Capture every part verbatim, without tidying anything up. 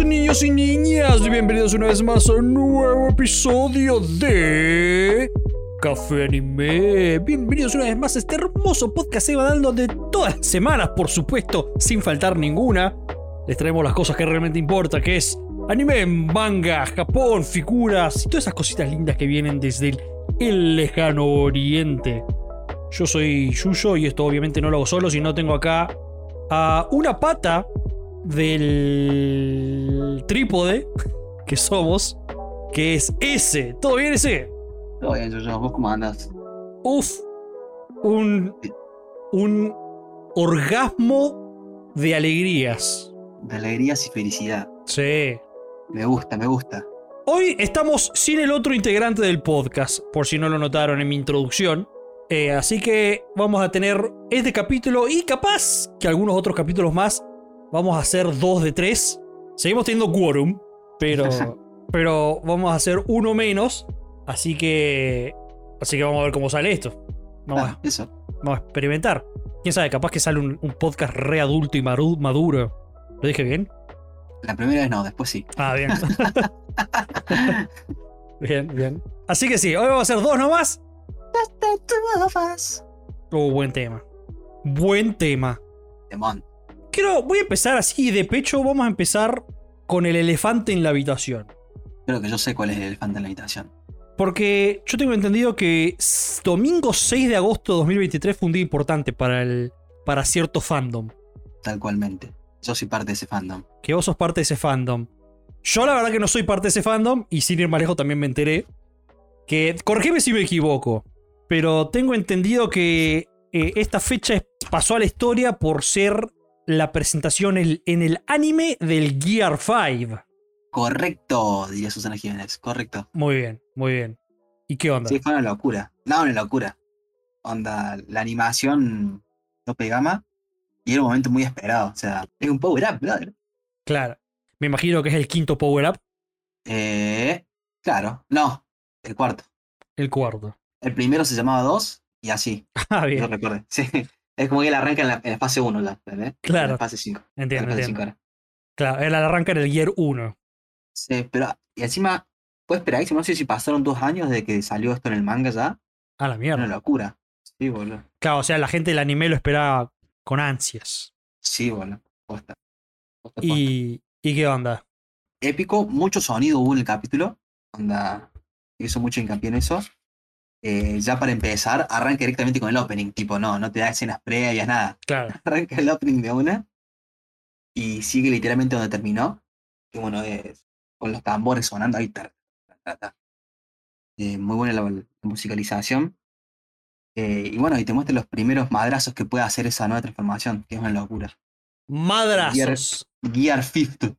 niños y niñas, bienvenidos una vez más a un nuevo episodio de Café Anime. Bienvenidos una vez más a este hermoso podcast que va dando de todas las semanas, por supuesto, sin faltar ninguna. Les traemos las cosas que realmente importan, que es anime, manga, Japón, figuras y todas esas cositas lindas que vienen desde el, el lejano oriente. Yo soy Yuyo y esto obviamente no lo hago solo, sino tengo acá a una pata del trípode que somos, que es ese. ¿Todo bien, ese? Todo bien, Yuyo. ¿Vos cómo andas? Uf, un, un orgasmo de alegrías. De alegrías y felicidad. Sí. Me gusta, me gusta. Hoy estamos sin el otro integrante del podcast, por si no lo notaron en mi introducción. Eh, así que vamos a tener este capítulo y capaz que algunos otros capítulos más. Vamos a hacer dos de tres. Seguimos teniendo quórum, pero, pero vamos a hacer uno menos. Así que así que vamos a ver cómo sale esto. Vamos, Ah, a, eso. vamos a experimentar. Quién sabe, capaz que sale un, un podcast re adulto y maru- maduro. ¿Lo dije bien? La primera vez no, después sí. Ah, bien. Bien, bien. Así que sí, hoy vamos a hacer dos nomás. Oh, buen tema. Buen tema. Demon. Quiero, voy a empezar así de pecho. Vamos a empezar con el elefante en la habitación. Creo que yo sé cuál es el elefante en la habitación. Porque yo tengo entendido que domingo seis de agosto de dos mil veintitrés fue un día importante para, el, para cierto fandom. Tal cualmente. Yo soy parte de ese fandom. Que vos sos parte de ese fandom. Yo la verdad que no soy parte de ese fandom. Y sin ir más lejos también me enteré que, corregime si me equivoco, pero tengo entendido que eh, esta fecha pasó a la historia por ser la presentación en, en el anime del Gear cinco. Correcto, diría Susana Jiménez. Correcto. Muy bien, muy bien. ¿Y qué onda? Sí, fue una locura. No, una locura. Onda, la animación tope gama. Y era un momento muy esperado. O sea, es un power up, brother. Claro. Me imagino que es el quinto power up. Eh, claro. No, el cuarto. El cuarto. El primero se llamaba dos y así. Ah, Yo bien. recuerdo. Sí. Es como que él arranca en la, en la fase uno, ¿eh? Claro. En la fase cinco. Entiendo, En la fase entiendo. cinco era. Claro, él arranca en el Gear uno. Sí, pero y encima, puedes esperar, no sé si pasaron dos años desde que salió esto en el manga ya. A la Una mierda. locura. Sí, boludo. Claro, o sea, la gente del anime lo esperaba con ansias. Sí, boludo. Posta. Posta, posta. ¿Y, ¿y qué onda? Épico, mucho sonido hubo en el capítulo. Onda, hizo mucho hincapié en eso. Eh, ya para empezar, arranca directamente con el opening. Tipo, no, no te da escenas previas, nada. Claro. Arranca el opening de una y sigue literalmente donde terminó. Que bueno, es con los tambores sonando ahí. Tar, tar, tar, tar. Eh, muy buena la, la musicalización. Eh, y bueno, y te muestra los primeros madrazos que puede hacer esa nueva transformación, que es una locura. Gear, Madrazos. Gear cinco.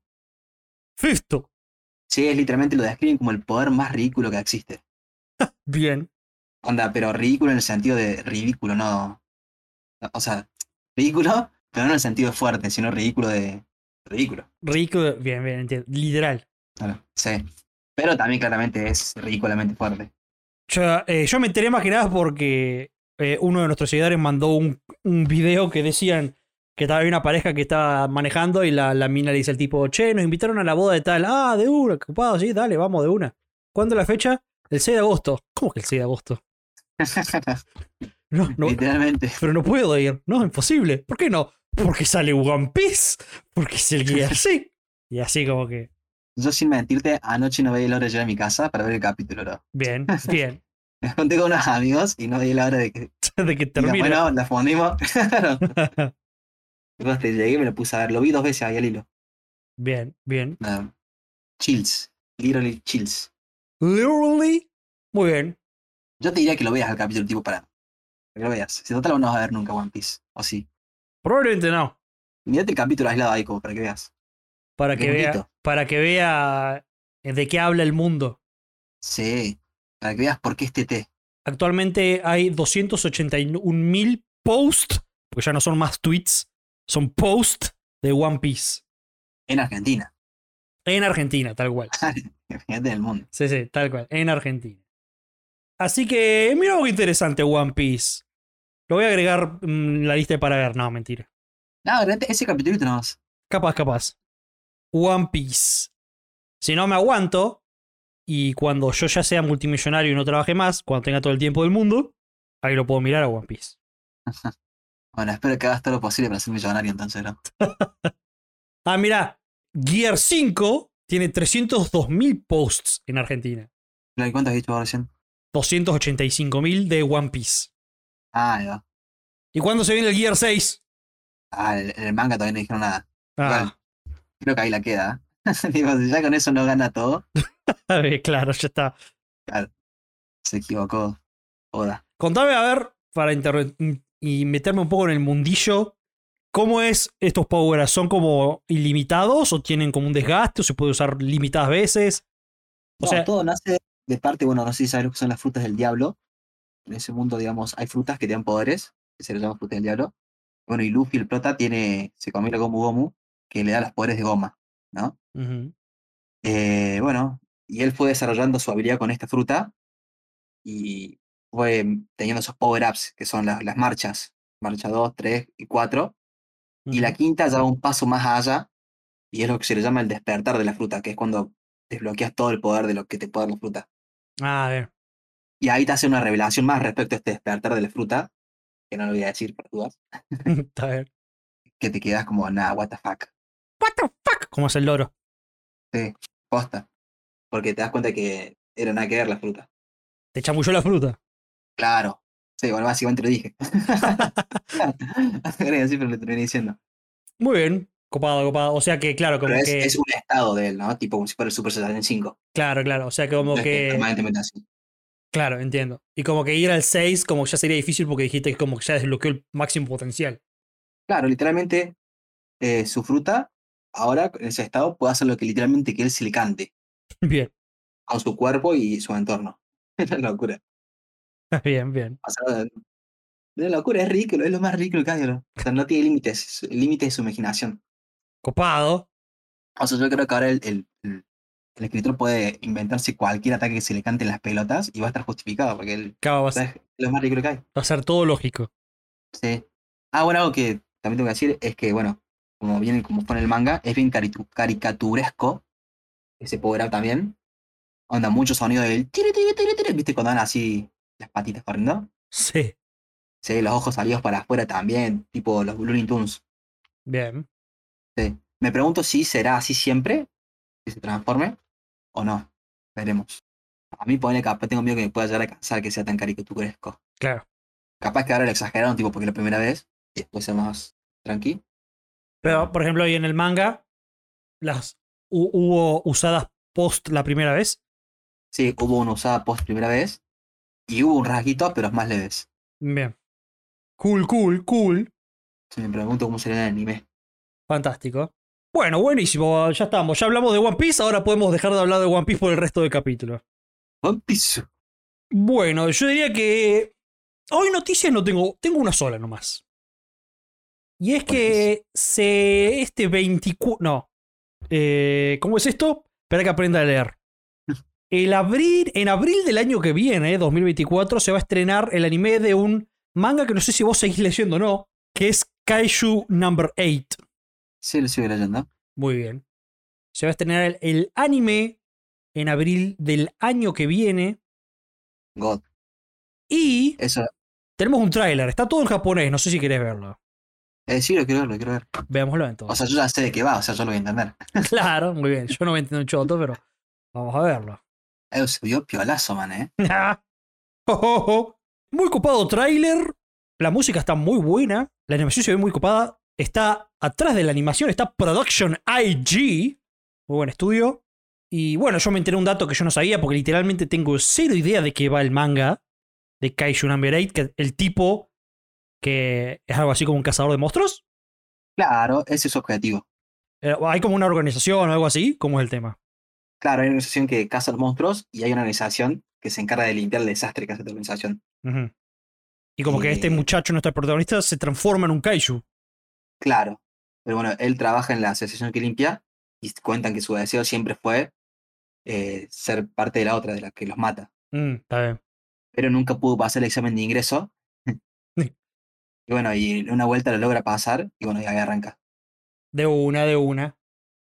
Fifto. Sí, es literalmente lo describen como el poder más ridículo que existe. Bien. Onda, pero ridículo en el sentido de ridículo, no. O sea, ridículo, pero no en el sentido de fuerte, sino ridículo de. Ridículo. Rico. Bien, bien, entiendo. Literal. Claro, sí. Pero también claramente es ridículamente fuerte. Yo, eh, yo me enteré más que nada porque eh, uno de nuestros seguidores mandó un, un video que decían que estaba había una pareja que estaba manejando y la, la mina le dice al tipo, che, nos invitaron a la boda de tal. Ah, de una, ocupado, sí, dale, vamos de una. ¿Cuándo es la fecha? El seis de agosto. ¿Cómo que el seis de agosto? No, no, Literalmente. pero no puedo ir. No, imposible. ¿Por qué no? Porque sale One Piece. Porque es el guía así. Y así como que... Yo sin mentirte, anoche no veía la hora de llegar a mi casa para ver el capítulo, ¿no? Bien, bien. Me junté con unos amigos y no veía la hora de que. De que Y termine. bueno, la fundimos. Después te llegué y me lo puse a ver. Lo vi dos veces ahí al hilo. Bien, bien. Uh, chills. Literally chills. Literally. Muy bien. Yo te diría que lo veas al capítulo, tipo, para, para que lo veas. Si total no vas a ver nunca One Piece. O sí. Probablemente no. Mirate el capítulo aislado ahí, como para que veas. Para Porque que es vea. bonito. Para que vea de qué habla el mundo. Sí. Para que veas por qué este té. Actualmente hay doscientos ochenta y un mil posts. Porque ya no son más tweets. Son posts de One Piece. En Argentina. En Argentina, tal cual. Fíjate en el mundo. Sí, sí, tal cual. En Argentina. Así que, mira algo interesante One Piece. Lo voy a agregar en la lista para ver. No, mentira. No, realmente ese capítulo no más. Capaz, capaz. One Piece. Si no me aguanto, y cuando yo ya sea multimillonario y no trabaje más, cuando tenga todo el tiempo del mundo, ahí lo puedo mirar a One Piece. Bueno, espero que hagas todo lo posible para ser millonario entonces, ¿no? Ah, mira, Gear cinco tiene trescientos dos mil posts en Argentina. ¿Y cuánto has dicho vos recién? doscientos ochenta y cinco mil de One Piece. Ah, ahí va. ¿Y cuándo se viene el Gear seis? Ah, en el manga todavía no dijeron nada. Ah, Igual, creo que ahí la queda. Digo, si ya con eso no gana todo, claro, ya está. claro, se equivocó. Oda. Contame, a ver, para inter- y meterme un poco en el mundillo, ¿cómo es estos power-ups? ¿Son como ilimitados o tienen como un desgaste o se puede usar limitadas veces? O No, sea, todo nace de parte, bueno, no sé si sabes lo que son las frutas del diablo. En ese mundo, digamos, hay frutas que te dan poderes, que se les llama frutas del diablo. Bueno, y Luffy, el prota, tiene, se comió la Gomu Gomu, que le da los poderes de goma, ¿no? ujú, Eh, bueno, y él fue desarrollando su habilidad con esta fruta y fue teniendo esos power-ups, que son las, las marchas, marcha dos tres y cuatro. Y la ujú. quinta ya va un paso más allá, y es lo que se le llama el despertar de la fruta, que es cuando desbloqueas todo el poder de lo que te puede dar la fruta. Ah, a ver. Y ahí te hace una revelación más respecto a este despertar de la fruta, que no lo voy a decir por dudas, A ver. que te quedas como, nah, what the fuck. What the fuck? ¿Cómo es el loro? Sí, posta. Porque te das cuenta que era nada que ver la fruta. Te chamulló la fruta. Claro. Sí, bueno, básicamente lo dije. Quería decir, pero lo terminé diciendo. Muy bien. Copado, copado. O sea que, claro, Pero como es, que. es un estado de él, ¿no? Tipo como si fuera el Super Saiyan cinco. Claro, claro. O sea que como No es que es que. permanentemente así. Claro, entiendo. Y como que ir al seis como ya sería difícil porque dijiste que como que ya desbloqueó el máximo potencial. Claro, literalmente eh, su fruta, ahora en ese estado, puede hacer lo que literalmente que él se le cante, Bien, con su cuerpo y su entorno. Es una locura. bien, bien. O sea, es una locura, es ridículo, es lo más ridículo que hay, ¿no? O sea, no tiene límites, el límite de su imaginación. Copado. O sea, yo creo que ahora el, el, el- el escritor puede inventarse cualquier ataque que se le cante en las pelotas y va a estar justificado, porque él, Claro, va o a sea, ser es lo más ridículo que hay. va a ser todo lógico. Sí. Ah, bueno, algo que también tengo que decir es que, bueno, como viene como fue en el manga, es bien caritu- caricaturesco ese power up también. Onda, mucho sonido del tiri, tiri, tiri, tiri, ¿viste? Cuando van así las patitas corriendo. Sí, Sí, los ojos salidos para afuera también, tipo los Looney Tunes. bien. Sí. Me pregunto si será así siempre, que se transforme, o no. Veremos. A mí, ponele, capaz tengo miedo que me pueda llegar a cansar que sea tan caricaturesco. Claro. Capaz que ahora lo exageraron, tipo, porque es la primera vez, y después sea más tranqui. Pero Pero, bueno. por ejemplo, ahí en el manga, las hu- hubo usadas post la primera vez. Sí, hubo una usada post primera vez, y hubo un rasguito, pero más leves. Bien. Cool, cool, cool. Si me pregunto cómo sería el anime. Fantástico. Bueno, buenísimo. Ya estamos. Ya hablamos de One Piece. Ahora podemos dejar de hablar de One Piece por el resto del capítulo. One Piece. Bueno, yo diría que hoy noticias no tengo. Tengo una sola nomás. Y es ¿Cuál es? que se. Este veinticuatro. No. Eh, ¿Cómo es esto? Espera que aprenda a leer. El abril, en abril del año que viene, dos mil veinticuatro, se va a estrenar el anime de un manga que no sé si vos seguís leyendo o no, que es Kaiju Number ocho. Sí, lo sigo leyendo. Muy bien. Se va a estrenar el, el anime en abril del año que viene. God. Y Eso. tenemos un tráiler. Está todo en japonés. No sé si querés verlo. Eh, sí, lo quiero ver, lo quiero ver. Veámoslo O sea, entonces. yo ya sé de qué va, o sea, yo lo voy a entender. Claro, muy bien. Yo no me entiendo un choto, pero vamos a verlo. Eh, se vio piolazo, man, ¿eh? Oh, oh, oh. Muy copado tráiler. La música está muy buena. La animación se ve muy copada. Está atrás de la animación. Está Production I G. Muy buen estudio. Y bueno, yo me enteré un dato que yo no sabía porque literalmente tengo cero idea de qué va el manga de Kaiju Number ocho. Que el tipo que es algo así como un cazador de monstruos. Claro, ese es su objetivo. Eh, Hay como una organización o algo así. ¿Cómo es el tema? Claro, hay una organización que caza los monstruos y hay una organización que se encarga de limpiar el desastre que hace esta organización. Ujú. Y como que este Eh, muchacho, nuestro protagonista, se transforma en un Kaiju. claro, pero bueno, él trabaja en la asociación que limpia y cuentan que su deseo siempre fue eh, ser parte de la otra, de la que los mata. Mm, está bien. Pero nunca pudo pasar el examen de ingreso. Y bueno, y en una vuelta lo logra pasar y bueno, y ahí arranca. De una, de una.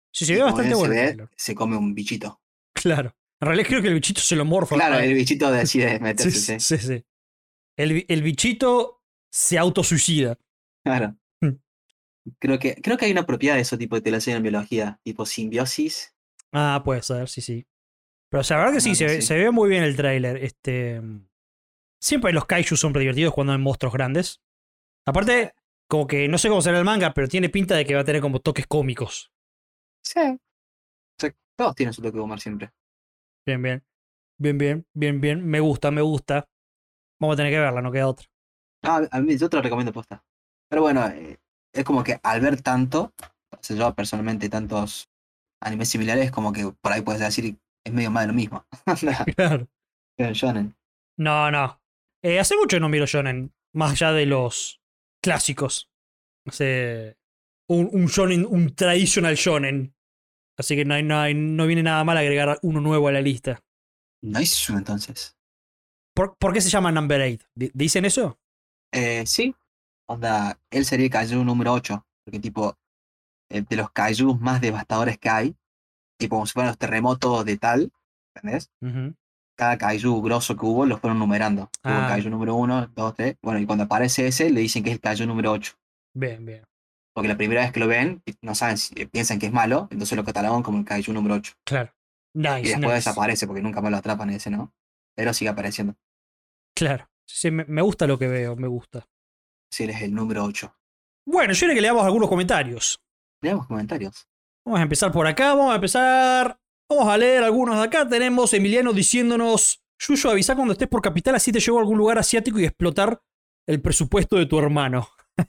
Sí, se Y ve como bastante bien se bueno el ve, tráiler. se come un bichito. Claro. En realidad creo que el bichito se lo morfa. Claro, Ah, el bichito decide sí, meterse, sí. sí, sí. El, bi- el bichito se autosuicida. Claro. Mm. Creo que, creo que hay una propiedad de eso tipo de telación en biología, tipo simbiosis, Ah, puede ser, sí, sí. Pero o sea, la verdad que sí, algo se ve, así. se ve muy bien el tráiler. Este, siempre los kaiju son divertidos cuando hay monstruos grandes. Sí. Aparte, como que no sé cómo será el manga, pero tiene pinta de que va a tener como toques cómicos. Sí. O sea, todos tienen su toque de humor siempre. Bien, bien. Bien, bien, bien, bien. Me gusta, me gusta. Vamos a tener que verla, no queda otra. Ah, a mí, yo te lo recomiendo posta. Pero bueno, eh, es como que al ver tanto, o sea, yo personalmente tantos animes similares, como que por ahí puedes decir, es medio más de lo mismo. Claro. Pero shonen. No, no. Eh, hace mucho que no miro shonen, más allá de los clásicos. Hace un, un shonen, un traditional shonen. Así que no, hay, no, hay- no viene nada mal agregar uno nuevo a la lista. Nice, entonces. ¿Por, por qué se llama Number eight? ¿Dicen eso? Eh, sí, onda, él sería el kaiju número ocho porque tipo, eh, de los kaijus más devastadores que hay, tipo como si fueran los terremotos de tal, ¿entendés? Ujú. Cada kaiju grosso que hubo lo fueron numerando. Tuvo el Ah, kaiju número uno, dos, tres, bueno, y cuando aparece ese le dicen que es el kaiju número ocho. bien, bien. Porque la primera vez que lo ven, no saben, si- eh, piensan que es malo, entonces lo catalogan como el kaiju número ocho. Claro. Y Nice, después nice. desaparece porque nunca más lo atrapan ese, ¿no? Pero sigue apareciendo. Claro. Sí, me, me gusta lo que veo, me gusta. Si él es el número ocho. Bueno, yo creo que le damos algunos comentarios. Leamos comentarios. Vamos a empezar por acá, vamos a empezar. Vamos a leer algunos de acá. Tenemos Emiliano diciéndonos: Yuyo, avisa cuando estés por Capital, así te llevo a algún lugar asiático y explotar el presupuesto de tu hermano.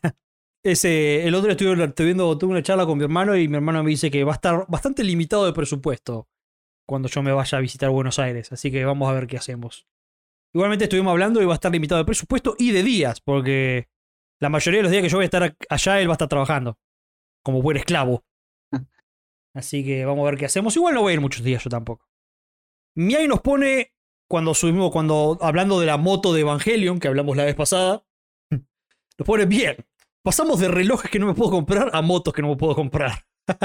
Ese, el otro día estuve, estuve viendo, tuve una charla con mi hermano y mi hermano me dice que va a estar bastante limitado de presupuesto cuando yo me vaya a visitar Buenos Aires. Así que vamos a ver qué hacemos. Igualmente estuvimos hablando y va a estar limitado de presupuesto y de días, porque la mayoría de los días que yo voy a estar allá, él va a estar trabajando como buen esclavo. Así que vamos a ver qué hacemos. Igual no voy a ir muchos días yo tampoco. Miai nos pone, cuando subimos, cuando hablando de la moto de Evangelion, que hablamos la vez pasada, nos pone bien. Pasamos de relojes que no me puedo comprar a motos que no me puedo comprar.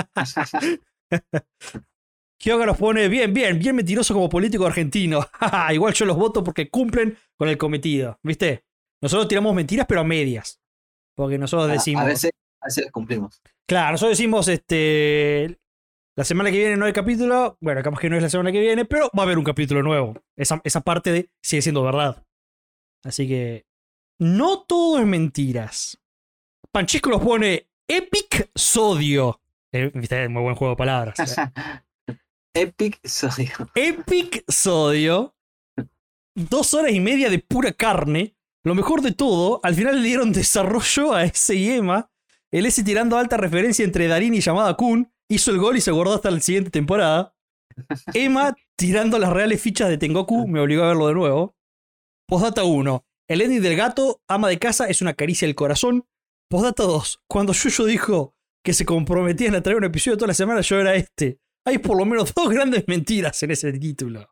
Kyoga nos pone bien, bien, bien mentiroso como político argentino. Igual yo los voto porque cumplen con el cometido. ¿Viste? Nosotros tiramos mentiras, pero a medias. Porque nosotros A, a decimos. veces, a veces cumplimos. Claro, nosotros decimos este. La semana que viene no hay capítulo. Bueno, capaz que no es la semana que viene, pero va a haber un capítulo nuevo. Esa, esa parte de, sigue siendo verdad. Así que. No todo es mentiras. Panchisco nos pone Epic Sodio. Eh, Viste, muy buen juego de palabras. Epic soy. Epic Sodio. Dos horas y media de pura carne. Lo mejor de todo, al final le dieron desarrollo a S y Emma. El S tirando alta referencia entre Darín y Yamada Kun. Hizo el gol y se guardó hasta la siguiente temporada. Emma tirando las reales fichas de Tengoku. Me obligó a verlo de nuevo. Postdata uno. El ending del gato, ama de casa, es una caricia del corazón. Postdata dos. Cuando Yuyo dijo que se comprometían a traer un episodio toda la semana, yo era este. Hay por lo menos dos grandes mentiras en ese título.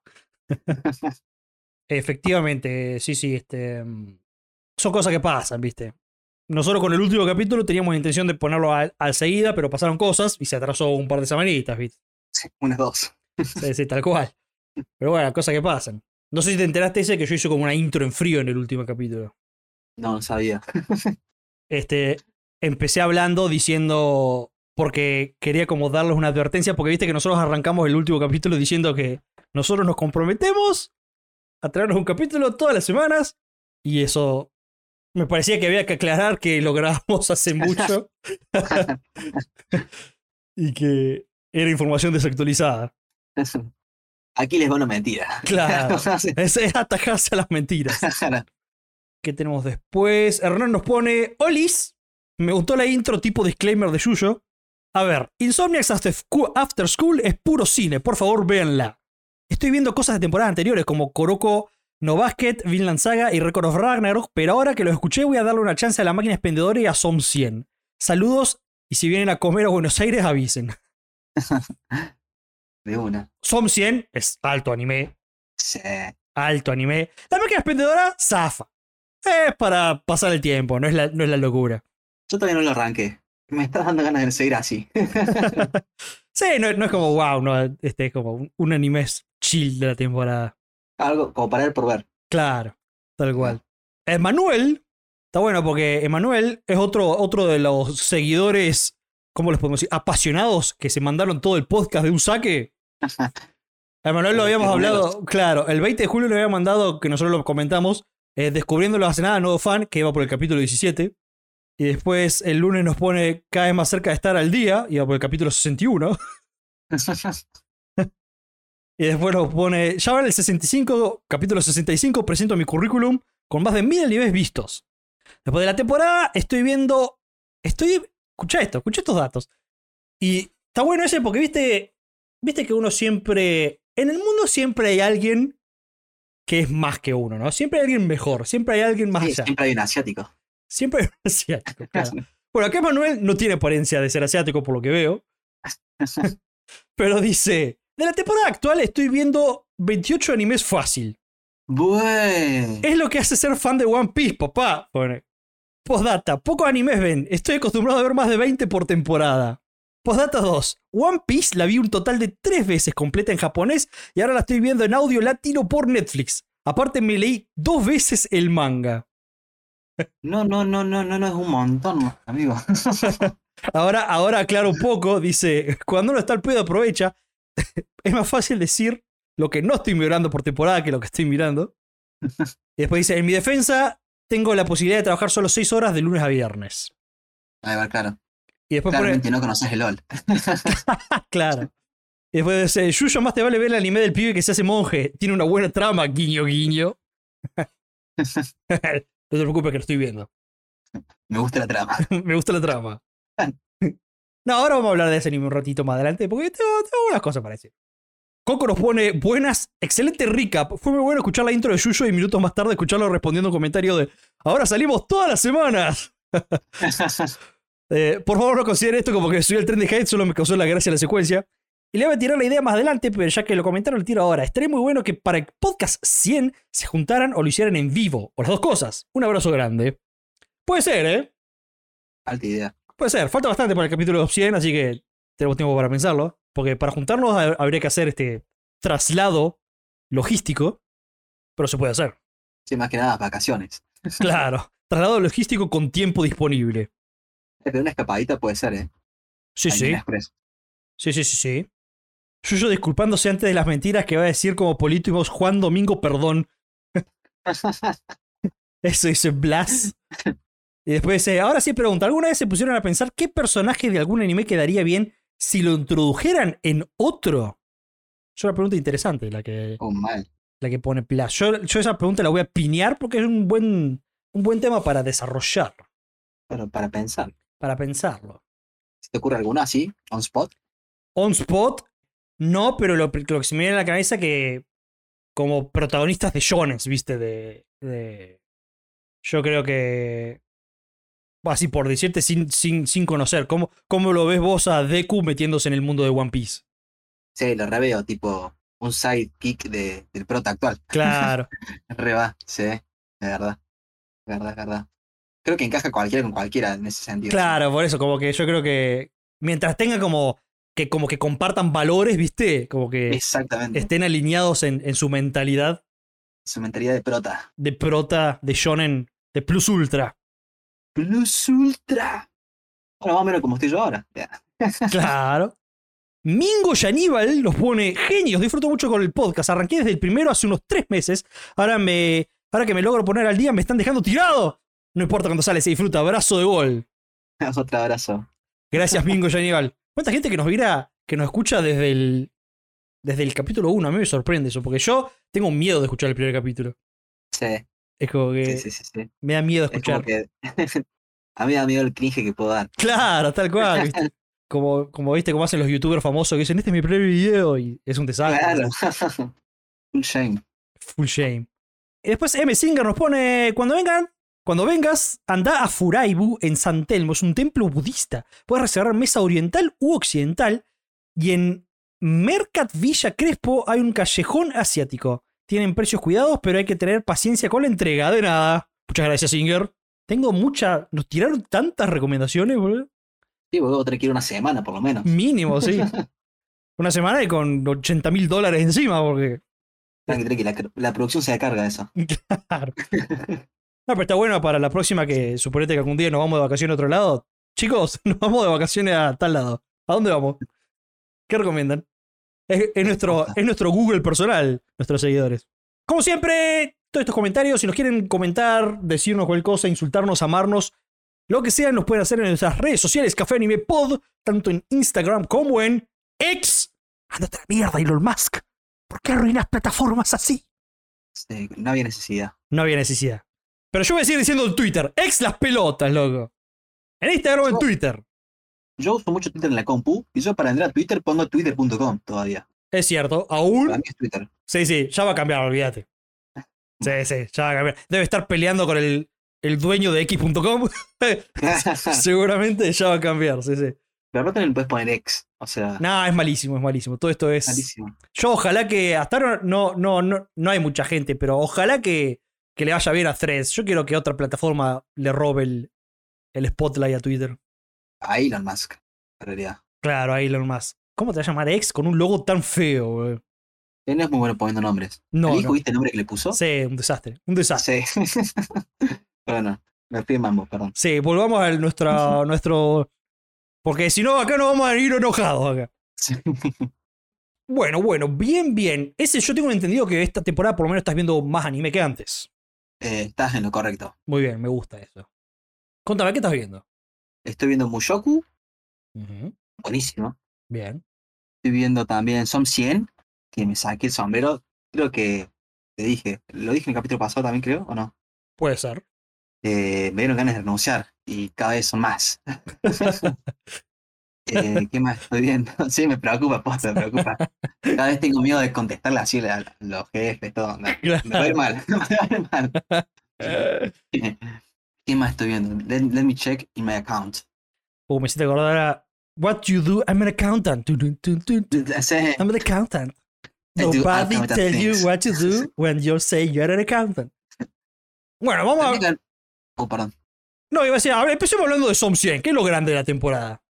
Efectivamente, sí, sí, este. Son cosas que pasan, ¿viste? Nosotros con el último capítulo teníamos la intención de ponerlo al, al seguida, pero pasaron cosas y se atrasó un par de semanitas, ¿viste? Sí, unas dos. Sí, sí, tal cual. Pero bueno, cosas que pasan. No sé si te enteraste ese que yo hice como una intro en frío en el último capítulo. No, no sabía. Este, empecé hablando diciendo, porque quería como darles una advertencia, porque viste que nosotros arrancamos el último capítulo diciendo que nosotros nos comprometemos a traernos un capítulo todas las semanas, y eso me parecía que había que aclarar que lo grabamos hace mucho y que era información desactualizada. Aquí les va una mentira. Claro, es, es atajarse a las mentiras. ¿Qué tenemos después? Hernán nos pone: Olis, me gustó la intro tipo disclaimer de Yuyo. A ver, Insomniacs After School es puro cine, por favor véanla. Estoy viendo cosas de temporadas anteriores como Kuroko no Basket, Vinland Saga y Record of Ragnarok, pero ahora que lo escuché voy a darle una chance a la máquina expendedora y a Som cien. Saludos, y si vienen a comer a Buenos Aires avisen. De una. Som cien es alto anime. Sí. Alto anime. La máquina expendedora, zafa. Es para pasar el tiempo, no es la, no es la locura. Yo todavía no lo arranqué. Me está dando ganas de seguir así. Sí, no, no es como wow, no, este es como un, un anime chill de la temporada. Algo como para ver por ver. Claro, tal Ah, cual. Emanuel, está bueno porque Emanuel es otro, otro de los seguidores, ¿cómo les podemos decir? Apasionados que se mandaron todo el podcast de un saque. A Emanuel lo los habíamos pioneros. hablado, claro, el veinte de julio le había mandado, que nosotros lo comentamos, eh, Descubriéndolo hace nada, nuevo fan, que iba por el capítulo diecisiete. Y después el lunes nos pone cada vez más cerca de estar al día, iba por el capítulo sesenta y uno. Y después nos pone, ya va en el sesenta y cinco, capítulo sesenta y cinco, presento mi currículum con más de mil animes vistos. Después de la temporada estoy viendo, estoy, escucha esto, escucha estos datos. Y está bueno ese porque viste, viste que uno siempre, en el mundo siempre hay alguien que es más que uno, ¿no? Siempre hay alguien mejor, siempre hay alguien más Sí, allá. siempre hay un asiático. Siempre hay un asiático, claro. Bueno, acá Manuel no tiene apariencia de ser asiático por lo que veo. Pero dice, de la temporada actual estoy viendo veintiocho animes fácil. Bueno. Es lo que hace ser fan de One Piece, papá. Pone. Postdata, pocos animes ven. Estoy acostumbrado a ver más de veinte por temporada. Postdata dos. One Piece la vi un total de tres veces completa en japonés y ahora la estoy viendo en audio latino por Netflix. Aparte me leí dos veces el manga. No, no, no, no, no, no, es un montón, amigo. Ahora, ahora aclaro un poco, dice, cuando uno está al pedo aprovecha. Es más fácil decir lo que no estoy mirando por temporada que lo que estoy mirando. Y después dice, en mi defensa tengo la posibilidad de trabajar solo seis horas de lunes a viernes. A ver, claro. Y después Claramente pone, no conoces el LOL. claro. Y después dice, Yuyo, más te vale ver el anime del pibe que se hace monje. Tiene una buena trama, guiño, guiño. No te preocupes que lo estoy viendo. Me gusta la trama. Me gusta la trama. No, ahora vamos a hablar de ese anime un ratito más adelante porque tengo, tengo unas cosas para decir. Coco nos pone buenas, excelente recap. Fue muy bueno escuchar la intro de Yuyo y minutos más tarde escucharlo respondiendo un comentario de ahora salimos todas las semanas. eh, por favor no consideren esto como que soy el tren de hate, solo me causó la gracia la secuencia. Y le voy a tirar la idea más adelante, pero ya que lo comentaron, lo tiro ahora. Estaría muy bueno que para el podcast cien se juntaran o lo hicieran en vivo, o las dos cosas. Un abrazo grande. Puede ser, ¿eh? Alta idea. Puede ser. Falta bastante para el capítulo cien, así que tenemos tiempo para pensarlo. Porque para juntarnos habría que hacer este traslado logístico, pero se puede hacer. Sí, más que nada vacaciones. Claro. Traslado logístico con tiempo disponible. Pero una escapadita puede ser, ¿eh? Sí, Ahí sí. en Express. Sí, sí, sí, sí. Yuyo disculpándose antes de las mentiras que va a decir como políticos Juan Domingo, perdón. Eso dice Blas. Y después dice, ahora sí pregunta, ¿alguna vez se pusieron a pensar qué personaje de algún anime quedaría bien si lo introdujeran en otro? Es una pregunta interesante la que, Oh, mal. la que pone Blas. Yo, yo esa pregunta la voy a pinear porque es un buen, un buen tema para desarrollar, Pero para pensar. para pensarlo. ¿Se te ocurre alguno así? ¿On spot? On spot, no, pero lo, lo que se me viene a la cabeza que como protagonistas de shonens, ¿viste? De, de... Yo creo que... Así por decirte sin, sin, sin conocer. ¿Cómo, ¿Cómo lo ves vos a Deku metiéndose en el mundo de One Piece? Sí, lo reveo, tipo un sidekick de, del prota actual. Claro. Re va, sí, de verdad. De verdad, de verdad. Creo que encaja cualquiera con cualquiera en ese sentido. Claro, por eso, como que yo creo que mientras tenga como que, como que compartan valores, ¿viste? Como que Exactamente. estén alineados en, en su mentalidad Su mentalidad de prota. de prota, de shonen, de plus ultra. Plus Ultra. Bueno, más o menos como estoy yo ahora. Ya. Claro. Mingo y Aníbal los pone genios. Disfruto mucho con el podcast. Arranqué desde el primero hace unos tres meses. Ahora me, ahora que me logro poner al día me están dejando tirado. No importa cuando sale, se disfruta. Abrazo de gol. Otro abrazo. Gracias, Mingo y Aníbal. ¿Cuánta gente que nos mira, que nos escucha desde el, desde el capítulo uno? A mí me sorprende eso, porque yo tengo miedo de escuchar el primer capítulo. Sí. Es como que Sí, sí, sí, sí. me da miedo Es como escuchar. que a mí me da miedo el cringe que puedo dar. Claro, tal cual. ¿Viste? Como, como viste, como hacen los youtubers famosos que dicen, este es mi primer video y es un desastre. Claro. Un shame. Full shame. Y después M. Singer nos pone, cuando vengan, cuando vengas, anda a Furaibu en San Telmo, es un templo budista. Puedes reservar mesa oriental u occidental. Y en Mercat Villa Crespo hay un callejón asiático. Tienen precios cuidados, pero hay que tener paciencia con la entrega. De nada. Muchas gracias, Singer. Tengo mucha... Nos tiraron tantas recomendaciones, boludo. Sí, porque voy a tener que ir una semana por lo menos. Mínimo, sí. Una semana y con ochenta mil dólares encima, porque. Tranqui, tranqui, la, la producción se carga de eso. Claro. No, pero está bueno para la próxima que suponete que algún día nos vamos de vacaciones a otro lado. Chicos, nos vamos de vacaciones a tal lado. ¿A dónde vamos? ¿Qué recomiendan? Es, es nuestro, es nuestro Google personal, nuestros seguidores. Como siempre, todos estos comentarios, si nos quieren comentar, decirnos cualquier cosa, insultarnos, amarnos, lo que sea, nos pueden hacer en nuestras redes sociales, Café Anime Pod, tanto en Instagram como en X. Ándate a la mierda, Elon Musk. ¿Por qué arruinas plataformas así? Sí, no había necesidad. No había necesidad. Pero yo voy a seguir diciendo en Twitter. Ex las pelotas, loco. En Instagram o en Twitter. Yo uso mucho Twitter en la compu y yo para entrar a Twitter pongo twitter punto com todavía. Es cierto, aún. Para mí es Twitter. Sí, sí, ya va a cambiar, olvídate. Sí, sí, ya va a cambiar. Debe estar peleando con el, el dueño de X punto com. Seguramente ya va a cambiar, sí, sí. Pero no también puedes poner ex. O sea. No, es malísimo, es malísimo. Todo esto es. Malísimo. Yo ojalá que. Hasta ahora no, no, no, no hay mucha gente, pero ojalá que, que le vaya bien a Threads. Yo quiero que otra plataforma le robe el, el spotlight a Twitter. A Elon Musk, en realidad. Claro, a Elon Musk. ¿Cómo te va a llamar ex con un logo tan feo, güey? Él no es muy bueno poniendo nombres. No. ¿El hijo no. viste el nombre que le puso? Sí, un desastre. Un desastre. Sí. Bueno, me fui en mambo, perdón. Sí, volvamos a nuestra, nuestro. Porque si no, acá nos vamos a ir enojados acá. Sí. Bueno, bueno, bien, bien. Ese yo tengo entendido que esta temporada por lo menos estás viendo más anime que antes. Eh, estás en lo correcto. Muy bien, me gusta eso. Contame, ¿qué estás viendo? Estoy viendo Mushoku. Uh-huh. Buenísimo. Bien. Estoy viendo también Som cien, que me saqué el sombrero. Creo que te dije, lo dije en el capítulo pasado también, creo, ¿o no? Puede ser. Eh, me dieron ganas de renunciar y cada vez son más. eh, ¿Qué más estoy viendo? Sí, me preocupa, posta, me preocupa. Cada vez tengo miedo de contestarle así a, a los jefes, todo. Me, Claro. me va a ir mal, me va a ir mal. ¿Qué más estoy viendo? Let, let me check in my account. Uh, me hiciste acordar a What you do, I'm an accountant. Tun, tun, tun, tun, tun. Sí. I'm an accountant. I do Nobody accountant tell you things. what to do when you say you're an accountant. Bueno, vamos a... También- Oh, perdón. No, iba a decir, a ver, empecemos hablando de Som cien, que es lo grande de la temporada.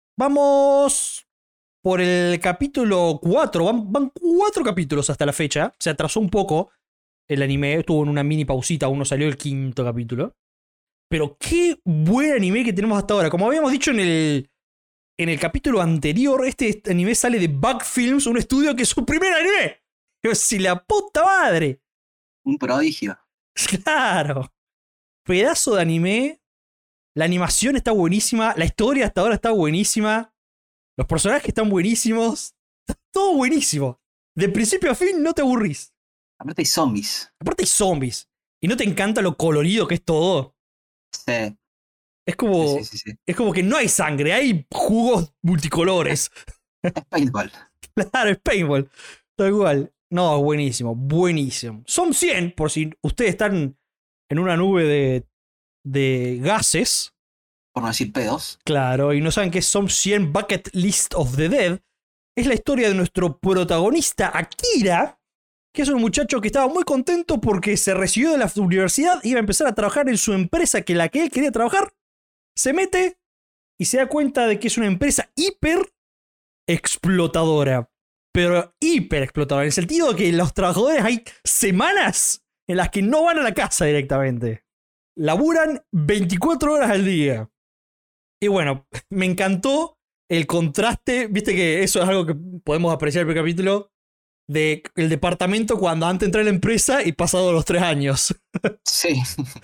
Vamos por el capítulo cuatro, van, van cuatro capítulos hasta la fecha. Se atrasó un poco el anime, estuvo en una mini pausita, aún no salió el quinto capítulo. Pero qué buen anime que tenemos hasta ahora. Como habíamos dicho en el, en el capítulo anterior, este anime sale de Bug Films, un estudio que es su primer anime. Pero si la puta madre. Un prodigio. Claro. Pedazo de anime. La animación está buenísima. La historia hasta ahora está buenísima. Los personajes están buenísimos. Está todo buenísimo. De principio a fin no te aburrís. Aparte hay zombies. Aparte hay zombies. Y no te encanta lo colorido que es todo. Sí. Es como, Sí, sí, sí, sí. es como que no hay sangre, hay jugos multicolores. Es paintball. Claro, es paintball. Tal cual. No, buenísimo, buenísimo. Son cien, por si ustedes están en una nube de, de gases. Por no decir pedos. Claro, y no saben qué es Som cien Bucket List of the Dead. Es la historia de nuestro protagonista Akira, que es un muchacho que estaba muy contento porque se recibió de la universidad, iba a empezar a trabajar en su empresa, que la que él quería trabajar. Se mete y se da cuenta de que es una empresa hiper explotadora. Pero hiper explotadora, en el sentido de que los trabajadores hay semanas en las que no van a la casa directamente. Laburan veinticuatro horas al día. Y bueno, me encantó el contraste, viste que eso es algo que podemos apreciar en el primer capítulo, de el departamento cuando antes de entrar a la empresa y pasado los tres años. Sí.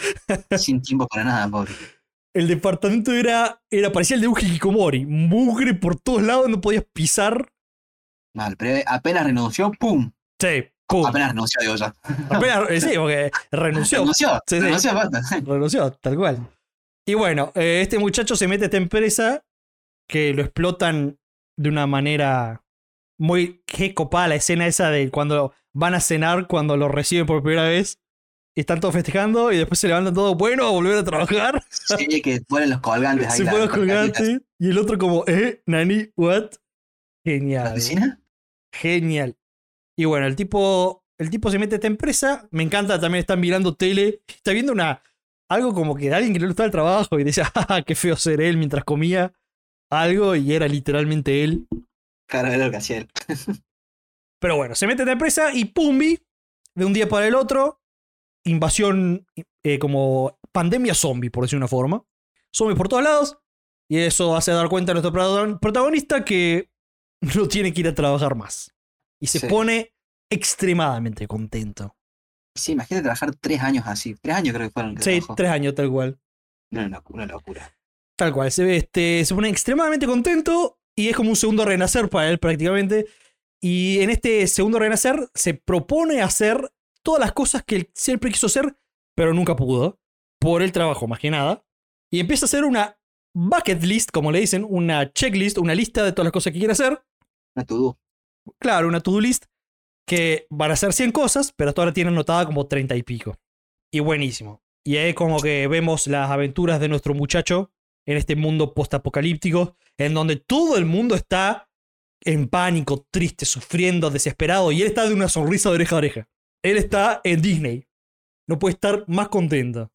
Sin tiempo para nada, pobre. El departamento era, era parecía el de un hikikomori, mugre por todos lados, no podías pisar. Mal, pero apenas renunció, ¡pum! Sí, pum. Apenas renunció, digo yo. Apenas, eh, sí, porque renunció. Renunció, Sí, sí. renunció, basta. Renunció, tal cual. Y bueno, eh, este muchacho se mete a esta empresa que lo explotan de una manera muy... Qué copada la escena esa de cuando van a cenar, cuando lo reciben por primera vez. Y están todos festejando y después se levantan todos, bueno, a volver a trabajar. Sí, que ponen los colgantes ahí. Se la- ponen los las colgantes. cartitas. Y el otro como, ¿eh? ¿Nani? ¿What? ¿La Genial. oficina? Genial. Y bueno, el tipo, el tipo se mete a esta empresa. Me encanta, también están mirando tele. Está viendo una algo como que de alguien que no le gustaba el trabajo y decía, ah, qué feo ser él mientras comía algo y era literalmente él. Claro, era lo que hacía él. Pero bueno, se mete en la empresa y ¡pumbi! De un día para el otro, invasión, eh, como pandemia zombie, por decir una forma. Zombies por todos lados. Y eso hace dar cuenta a nuestro protagonista que no tiene que ir a trabajar más. Y se Sí. pone extremadamente contento. Sí, imagínate trabajar tres años así. Tres años creo que fueron que Sí, trabajó. tres años tal cual. Una, locu- una locura. Tal cual. Se, este, se pone extremadamente contento y es como un segundo renacer para él prácticamente. Y en este segundo renacer se propone hacer todas las cosas que él siempre quiso hacer, pero nunca pudo. Por el trabajo, más que nada. Y empieza a hacer una bucket list, como le dicen, una checklist, una lista de todas las cosas que quiere hacer. Una to-do. Claro, una to-do list que van a ser cien cosas, pero hasta ahora tiene anotada como treinta y pico. Y buenísimo. Y ahí como que vemos las aventuras de nuestro muchacho en este mundo postapocalíptico, en donde todo el mundo está en pánico, triste, sufriendo, desesperado, y él está de una sonrisa de oreja a oreja. Él está en Disney. No puede estar más contento.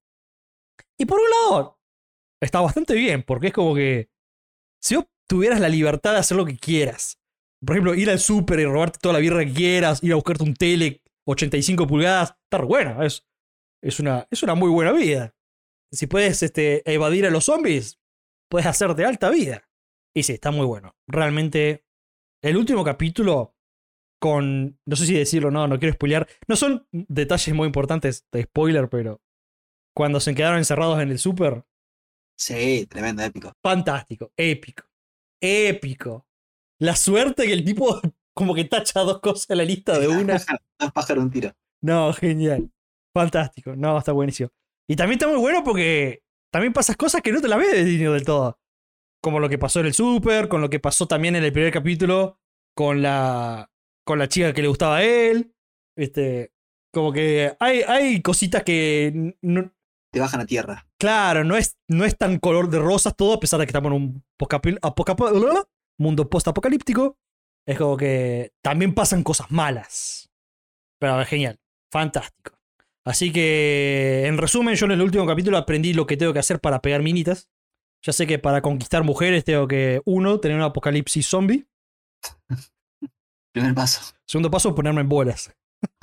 Y por un lado, está bastante bien, porque es como que si vos tuvieras la libertad de hacer lo que quieras, por ejemplo, ir al súper y robarte toda la birra que quieras, ir a buscarte un tele ochenta y cinco pulgadas, está re buena, es, es, una, es una muy buena vida. Si puedes este, evadir a los zombies, puedes hacerte alta vida. Y sí, está muy bueno. Realmente, el último capítulo, con, no sé si decirlo o no, no quiero spoilear, no son detalles muy importantes de spoiler, pero cuando se quedaron encerrados en el súper, Sí, tremendo, épico. fantástico, épico, épico. La suerte que el tipo como que tacha dos cosas en la lista de una. Dos pájaros un tiro. No, genial. Fantástico. No, está buenísimo. Y también está muy bueno porque también pasas cosas que no te las ves de Disney del todo. Como lo que pasó en el súper, con lo que pasó también en el primer capítulo con la, con la chica que le gustaba a él. Este, como que hay, hay cositas que no, Te bajan a tierra. claro, no es, no es tan color de rosas todo, a pesar de que estamos en un poscapi- apocapo- mundo post-apocalíptico. Es como que también pasan cosas malas. Pero es genial, fantástico. Así que, en resumen, yo en el último capítulo aprendí lo que tengo que hacer para pegar minitas. Ya sé que para conquistar mujeres tengo que, uno, tener un apocalipsis zombie. Primer paso. Segundo paso, ponerme en bolas.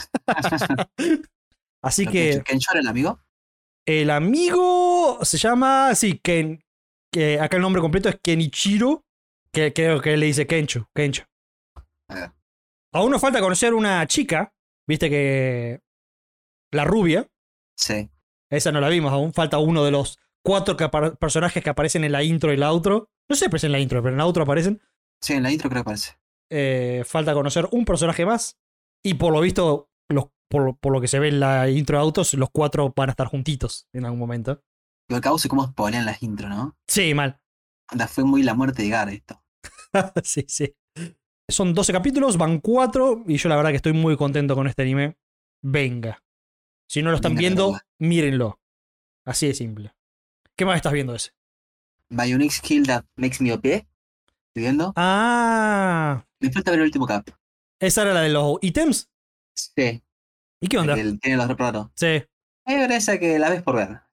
Así que, ¿Ken Shore, el amigo? el amigo se llama, sí, Ken, que acá el nombre completo es Kenichiro, que creo que él le dice Kencho, Kencho. A ver. Aún nos falta conocer una chica, viste que la rubia, Sí. esa no la vimos aún, falta uno de los cuatro que apar- personajes que aparecen en la intro y la outro. No sé si en la intro, pero en la outro aparecen. Sí, en la intro creo que parece. Eh, falta conocer un personaje más y por lo visto, los, por, por lo que se ve en la intro de autos, los cuatro van a estar juntitos en algún momento. Yo acabo sé cómo spoilean las intro, ¿no? Sí, mal. Anda, fue muy la muerte de Gar esto. Sí, sí. Son doce capítulos, van cuatro y yo la verdad que estoy muy contento con este anime. Venga. Si no lo están Venga, viendo, venga. mírenlo. Así de simple. ¿Qué más estás viendo ese? Bionic Skill That Makes Me O P. ¿Estoy viendo? Ah, Me falta ver el último cap. esa era la de los ítems. Sí. ¿Y qué onda? El que tiene los reparados. Sí. Hay ver esa que la ves por ver.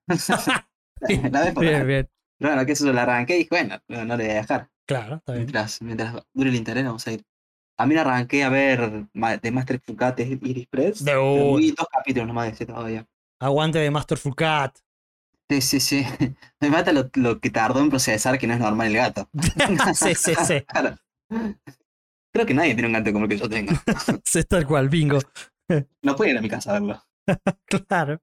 La ves por Bien, ver. bien. Pero bueno, que eso la arranqué y dije, bueno, no, no le voy a dejar. Claro, está bien. Mientras, mientras dure el interés, vamos a ir. A mí arranqué a ver ma- de Master Fukate Iris Press. De pero una. vi dos capítulos nomás de ese todavía. Aguante de Masterful Cat. Sí, sí, sí. Me mata lo, lo que tardó en procesar que no es normal el gato. Sí, sí, sí. Claro. Creo que nadie tiene un gato como el que yo tengo. Sí, tal cual, bingo. No pueden ir a mi casa a verlo. Claro.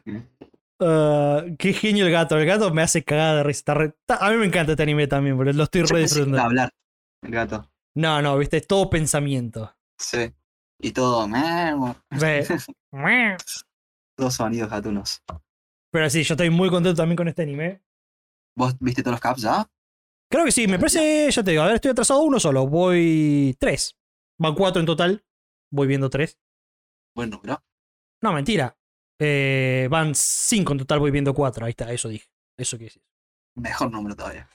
Uh, qué genio el gato. El gato me hace cagar de risa. Está re- está- A mí me encanta este anime también, porque lo estoy Yo re pensé que iba a disfrutando. hablar el gato. No, no, viste, es todo pensamiento. Sí. Y todo. Sí. Todos sonidos gatunos. Pero sí, yo estoy muy contento también con este anime. ¿Vos viste todos los caps ya? Creo que sí, me parece, ya te digo, a ver, estoy atrasado uno solo. Voy tres. Van cuatro en total. Voy viendo tres. Buen número. No, mentira. Eh, van cinco en total, voy viendo cuatro. Ahí está, eso dije. Eso que decís. Mejor número todavía.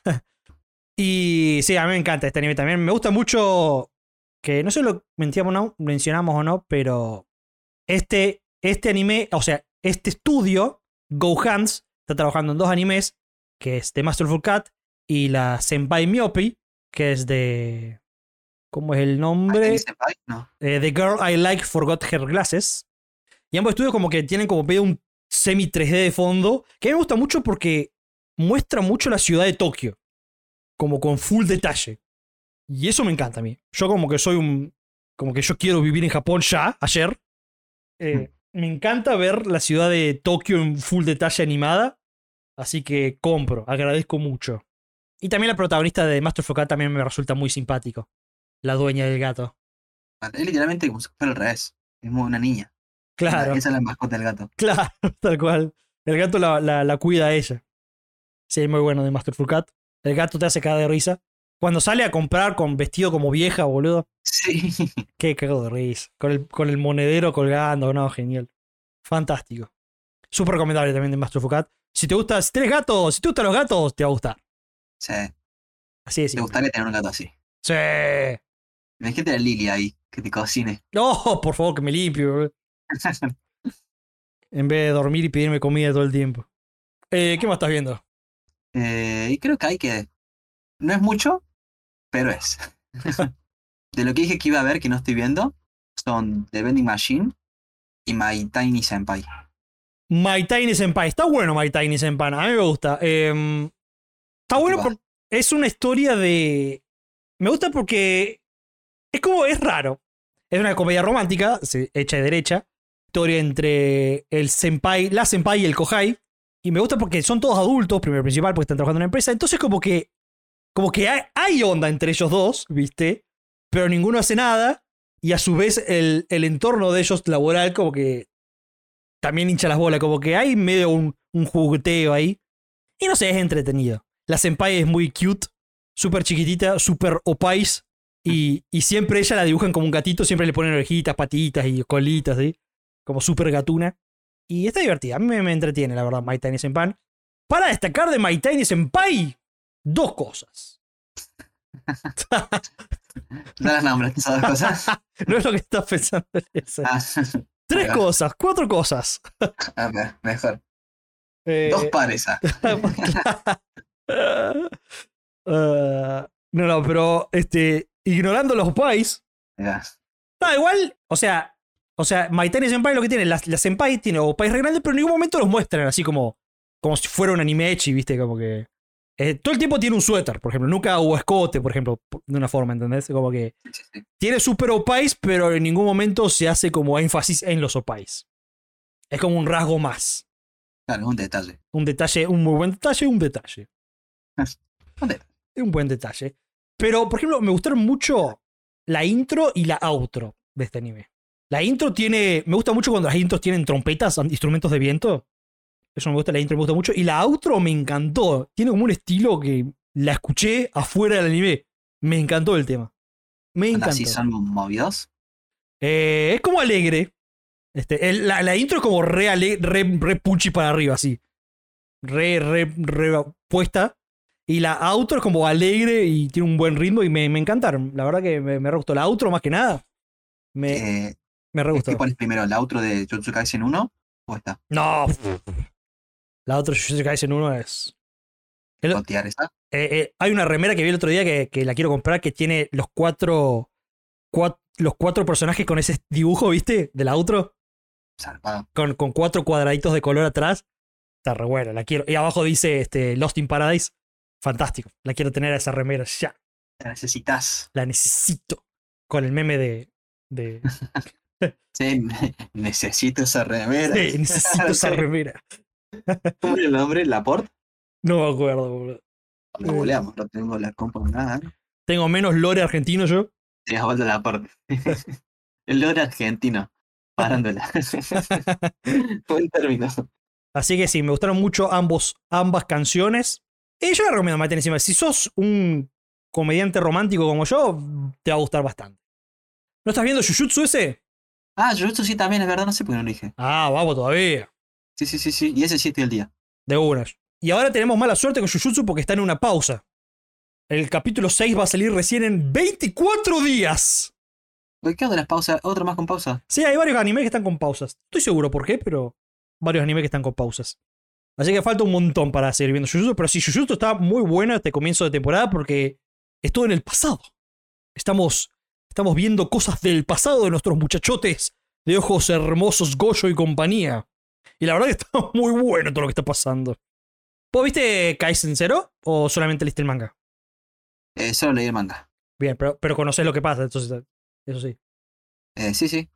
Y sí, a mí me encanta este anime también. Me gusta mucho que, no sé si lo mencionamos o no, mencionamos o no, pero este, este anime, o sea, este estudio, Go Hands, está trabajando en dos animes, que es The Masterful Cat y la Senpai Myopi, que es de ¿Cómo es el ¿Ah, nombre? Tennis Senpai? No. Eh, The Girl I Like Forgot Her Glasses. Y ambos estudios como que tienen como medio un semi tres D de fondo, que a mí me gusta mucho porque muestra mucho la ciudad de Tokio, como con full detalle. Y eso me encanta a mí. Yo como que soy un... como que yo quiero vivir en Japón ya, ayer. Eh, me encanta ver la ciudad de Tokio en full detalle animada. Así que compro, agradezco mucho. Y también la protagonista de Master of Cat también me resulta muy simpático. La dueña del gato. Es literalmente como si fuera al revés. Es como una niña. Claro, Esa es la mascota del gato. claro, tal cual. El gato la, la, la cuida a ella. Sí, es muy bueno de Master of Cat. El gato te hace cagar de risa. Cuando sale a comprar con vestido como vieja, boludo. Sí. Qué cago de risa. Con el, con el monedero colgando, no, genial. Fantástico. Súper recomendable también de Master of Cat. Si te gusta, si tienes gatos, si te gustan los gatos, te va a gustar. Sí. Así es. Te gustaría tener un gato así. Sí. Imagínate a Lily ahí, que te cocine. No, por favor, que me limpie, boludo. En vez de dormir y pedirme comida todo el tiempo. Eh, ¿Qué más estás viendo? Eh, y creo que hay que... No es mucho, pero es. De lo que dije que iba a ver, que no estoy viendo, son The Vending Machine y My Tiny Senpai. My Tiny Senpai. Está bueno My Tiny Senpai. A mí me gusta. Eh, está bueno porque es una historia de... Me gusta porque es como... Es raro. Es una comedia romántica, hecha de derecha. Historia entre el senpai, la senpai y el kohai. Y me gusta porque son todos adultos, primero principal, porque están trabajando en una empresa. Entonces como que... Como que hay, hay onda entre ellos dos, ¿viste? Pero ninguno hace nada. Y a su vez el, el entorno de ellos laboral como que también hincha las bolas. Como que hay medio un, un jugueteo ahí. Y no sé, es entretenido. La senpai es muy cute. Súper chiquitita, súper opais. Y, y siempre ella la dibujan como un gatito. Siempre le ponen orejitas, patitas y colitas, ¿sí? Como súper gatuna. Y está divertida. A mí me, me entretiene, la verdad, My Tiny Senpai. Para destacar de My Tiny Senpai, dos cosas. No las nombres, esas dos cosas. No es lo que estás pensando en eso. Ah, Tres va. cosas, cuatro cosas. A ver, mejor. Eh, Dos pares. Ah. uh, no, no, pero este, ignorando los pais. Ya. No, igual, o sea, o sea, My Tiny Senpai lo que tiene, la, la senpai tiene opais re grandes, pero en ningún momento los muestran así como, como si fuera un anime ecchi, ¿viste? Como que. Eh, todo el tiempo tiene un suéter, por ejemplo. Nunca hubo escote, por ejemplo, de una forma, ¿entendés? Como que Sí, sí. tiene super opais, pero en ningún momento se hace como énfasis en los opais. Es como un rasgo más. Claro, un detalle. Un detalle, un muy buen detalle, un detalle. Un detalle. Un buen detalle. Pero, por ejemplo, me gustaron mucho la intro y la outro de este anime. La intro tiene... Me gusta mucho cuando las intros tienen trompetas, instrumentos de viento. Eso me gusta, la intro me gusta mucho. Y la outro me encantó. Tiene como un estilo que la escuché afuera del anime. Me encantó el tema. Me encantó. ¿Así son movidos? Eh, es como alegre. Este, el, la, la intro es como re, ale, re, re puchi para arriba, así. Re, re, re puesta. Y la outro es como alegre y tiene un buen ritmo y me, me encantaron. La verdad que me, me re gustó. La outro más que nada. Me, Eh, me re gustó. ¿Cuál es primero? ¿La outro de Jujutsu Kaisen uno o esta? No. La otra Jujutsu Kaisen uno es... El, ¿Cotear esa? eh, eh, hay una remera que vi el otro día que, que la quiero comprar que tiene los cuatro, cuatro los cuatro personajes con ese dibujo, ¿viste? De la outro. Zarpado. Con, con cuatro cuadraditos de color atrás. Está re buena, la quiero. Y abajo dice este, Lost in Paradise. Fantástico. La quiero tener a esa remera ya. La necesitas. La necesito. Con el meme de... de... Sí, necesito esa remera. Sí, necesito esa remera. ¿Cómo era el nombre? ¿Laporte? No me acuerdo, boludo. Lo goleamos, no tengo la compa nada. Tengo menos lore argentino yo. Sí, falta Laporte. El lore argentino. Parándola. Buen término. Así que sí, me gustaron mucho ambos, ambas canciones. Y yo la recomiendo más encima. Si sos un comediante romántico como yo, te va a gustar bastante. ¿No estás viendo Jujutsu ese? Ah, Jujutsu sí también, es verdad, no sé por qué no lo dije. Ah, vamos todavía. Sí, sí, sí, sí. Y ese sí estoy al día. De una. Y ahora tenemos mala suerte con Jujutsu porque está en una pausa. El capítulo seis va a salir recién en veinticuatro días. ¿Qué onda las pausas? ¿Otro más con pausa? Sí, hay varios animes que están con pausas. Estoy seguro por qué, pero varios animes que están con pausas. Así que falta un montón para seguir viendo Jujutsu. Pero sí, Jujutsu está muy bueno este comienzo de temporada porque es todo en el pasado. Estamos Estamos viendo cosas del pasado de nuestros muchachotes de ojos hermosos, Gojo y compañía. Y la verdad que está muy bueno todo lo que está pasando. ¿Vos viste Kaisen Zero o solamente leíste el manga? Eh, solo leí el manga. Bien, pero, pero conocés lo que pasa, entonces eso sí. Eh, sí, sí.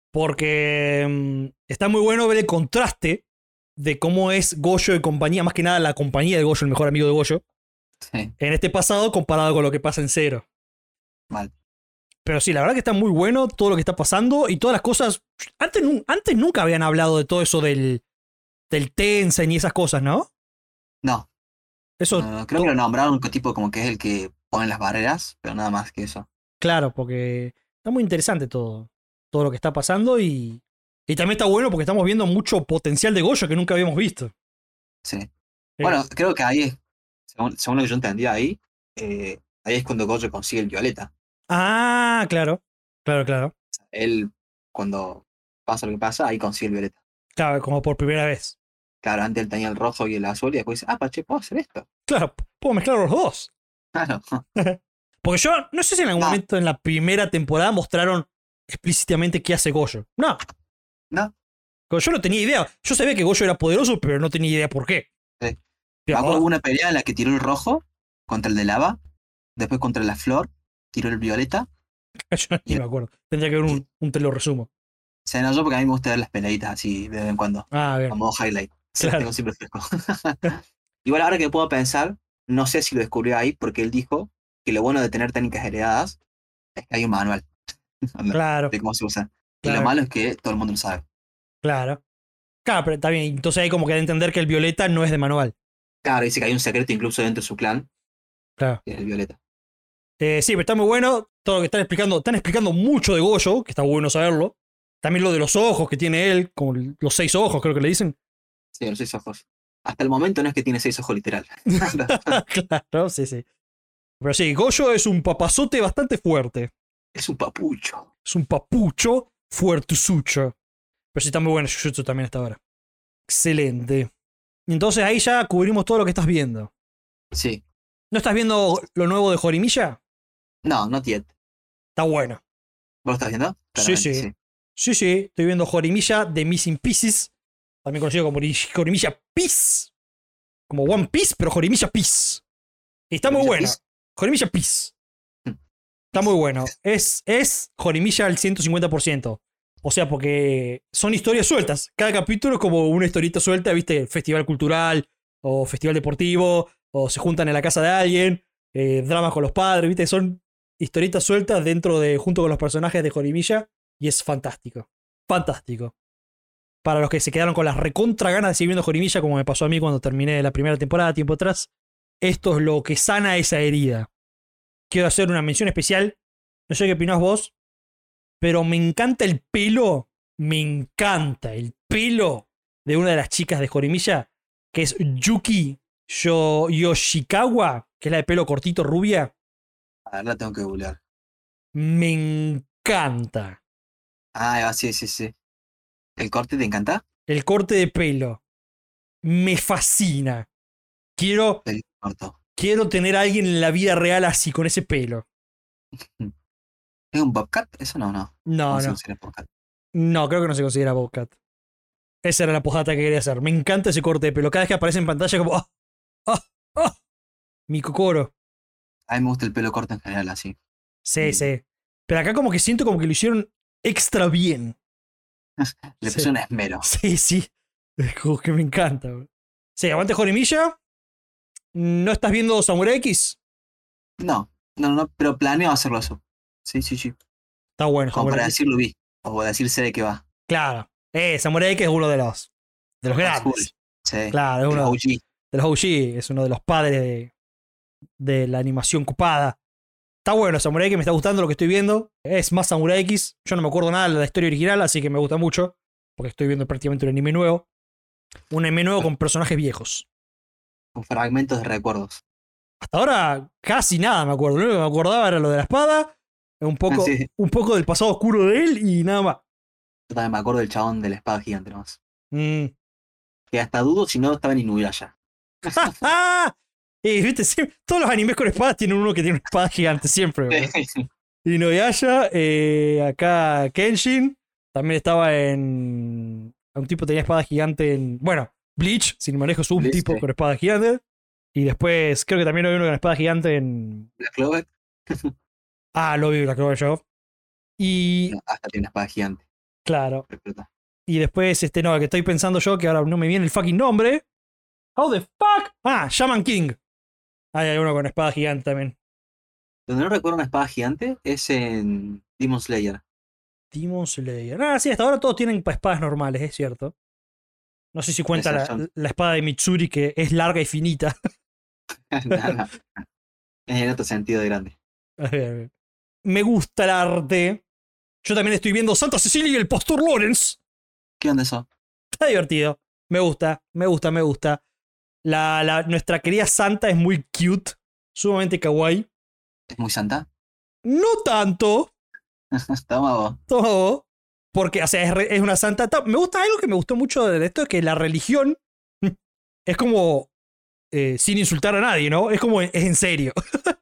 Porque mmm, está muy bueno ver el contraste de cómo es Gojo y compañía, más que nada la compañía de Gojo, el mejor amigo de Gojo, Sí. en este pasado comparado con lo que pasa en Zero. Mal. Pero sí, la verdad que está muy bueno todo lo que está pasando y todas las cosas. Antes, antes nunca habían hablado de todo eso del, del Tensen y esas cosas, ¿no? No. Eso. No, no, creo que lo nombraron tipo como que es el que pone las barreras, pero nada más que eso. Claro, porque está muy interesante todo. Todo lo que está pasando y. Y también está bueno porque estamos viendo mucho potencial de Gojo que nunca habíamos visto. Sí. Eh, Bueno, creo que ahí es, según, según lo que yo entendía ahí, eh, ahí es cuando Gojo consigue el violeta. Ah, claro. Claro, claro. Él, cuando pasa lo que pasa, ahí consigue el violeta. Claro, como por primera vez. Claro, antes él tenía el rojo y el azul y después dice, ah, pache, ¿puedo hacer esto? Claro, puedo mezclar los dos. Claro. Porque yo no sé si en algún No. momento en la primera temporada mostraron explícitamente qué hace Gojo. No. No. Yo no tenía idea. Yo sabía que Gojo era poderoso, pero no tenía idea por qué. Sí. Pero, Me acuerdo oh, hubo una pelea en la que tiró el rojo contra el de lava, después contra la flor, tiró el violeta. yo ni me acuerdo. Tendría que ver un, un te lo resumo. Se me yo porque a mí me gusta ver las peleitas así de vez en cuando, Ah, bien. como highlight. Se las Claro. tengo siempre fresco. Igual ahora que puedo pensar, no sé si lo descubrió ahí porque él dijo que lo bueno de tener técnicas heredadas es que hay un manual Claro, de cómo se usa. Y claro. lo malo es que todo el mundo lo sabe. claro. Claro, pero está bien. Entonces hay como que de entender que el violeta no es de manual. Claro, dice que hay un secreto incluso dentro de su clan, Claro. que es el violeta. Eh, sí, pero está muy bueno. Todo lo que están explicando. Están explicando mucho de Gojo, que está bueno saberlo. También lo de los ojos que tiene él, como los seis ojos, creo que le dicen. Sí, los seis ojos. Hasta el momento no es que tiene seis ojos literal. Claro, sí, sí. Pero sí, Gojo es un papazote bastante fuerte. Es un papucho. Es un papucho fuertusucho. Pero sí está muy bueno Jujutsu también hasta ahora. Excelente. Y entonces ahí ya cubrimos todo lo que estás viendo. Sí. ¿No estás viendo lo nuevo de Horimiya? No, not yet. Está bueno. ¿Vos lo estás viendo? Sí, Claramente, sí. Sí, sí. Estoy viendo Horimiya de Missing Pieces. También conocido como Horimiya Piece. Como One Piece, pero Horimiya Piece. Y está muy ¿Horimiya bueno. Piece? Horimiya Piece. Está muy bueno. Es, es Horimiya al ciento cincuenta por ciento. O sea, porque son historias sueltas. Cada capítulo es como una historieta suelta, ¿viste? Festival cultural o festival deportivo, o se juntan en la casa de alguien, eh, dramas con los padres, ¿viste? Son historietas sueltas dentro de, junto con los personajes de Horimiya, y es fantástico. Fantástico. Para los que se quedaron con las recontra ganas de seguir viendo Horimiya, como me pasó a mí cuando terminé la primera temporada tiempo atrás, esto es lo que sana esa herida. Quiero hacer una mención especial. No sé qué opinás vos, pero me encanta el pelo. Me encanta el pelo de una de las chicas de Horimiya, que es Yuki Yo- Yoshikawa, que es la de pelo cortito rubia. A ver, la tengo que googlear. Me encanta Ah, sí, sí, sí. ¿El corte te encanta? el corte de pelo. Me fascina. Quiero, El corto. quiero tener a alguien en la vida real así, con ese pelo. ¿Es un bobcat? Eso no, no. No, se no. considera bobcat. No, creo que no se considera Bobcat. Esa era la postdata que quería hacer. Me encanta ese corte de pelo. Cada vez que aparece en pantalla, como. ¡Ah! ¡Ah! ¡Ah! Mi cocoro. A mí me gusta el pelo corto en general, así. Sí, Mm. sí. Pero acá, como que siento como que lo hicieron extra bien. Le Sí. puse un esmero. Sí, sí. Es como que me encanta, bro. Sí, aguante Horimiya. ¿No estás viendo Samurai X? No, no, no, pero planeo hacerlo eso. Sí, sí, sí. Está bueno, Como Samurai para X. decirlo vi. O para decirse de qué va. Claro. Eh, Samurai X es uno de los. De los Old grandes. school. Sí. Claro, es El uno O G. de los O G. Es uno de los padres de, de la animación copada. Está bueno, Samurai X, me está gustando lo que estoy viendo. Es más Samurai X. Yo no me acuerdo nada de la historia original, así que me gusta mucho. Porque estoy viendo prácticamente un anime nuevo. Un anime nuevo con personajes viejos. Con fragmentos de recuerdos. Hasta ahora casi nada me acuerdo. Lo único que me acordaba era lo de la espada. Un poco, Sí. un poco del pasado oscuro de él y nada más. Yo también me acuerdo del chabón de la espada gigante nomás. Mm. Que hasta dudo si no estaba en Inuyasha. ¡Ja, ja! Y viste, sí, todos los animes con espadas tienen uno que tiene una espada gigante, siempre. bro. Inuyasha, eh, acá Kenshin, también estaba en... Un tipo tenía espada gigante en... Bueno, Bleach, sin manejo, es un Bleach, tipo sí. con espada gigante. Y después creo que también hay uno con espada gigante en... Black Clover, Ah, lo vi, la creo yo. Y... no, hasta tiene una espada gigante. Claro. Explota. Y después, este, no, que estoy pensando yo, que ahora no me viene el fucking nombre. How the fuck? Ah, Shaman King. Ahí hay uno con espada gigante también. Donde no recuerdo una espada gigante es en Demon Slayer. Demon Slayer. Ah, sí, hasta ahora todos tienen espadas normales, es cierto. No sé si cuenta Esas la, son. la espada de Mitsuri, que es larga y finita. No, no, es en otro sentido de grande. A ver, a ver. Me gusta el arte. Yo también estoy viendo Santa Cecilia y el Pastor Lawrence. ¿Qué onda eso? Está divertido. Me gusta, me gusta, me gusta. La, la, nuestra querida Santa es muy cute. Sumamente kawaii. ¿Es muy santa? No tanto. Toma vos. Todo. Porque, o sea, es, re- es una santa. ta- Me gusta algo que me gustó mucho de esto: es que la religión es como. Eh, sin insultar a nadie, ¿no? Es como. Es en serio.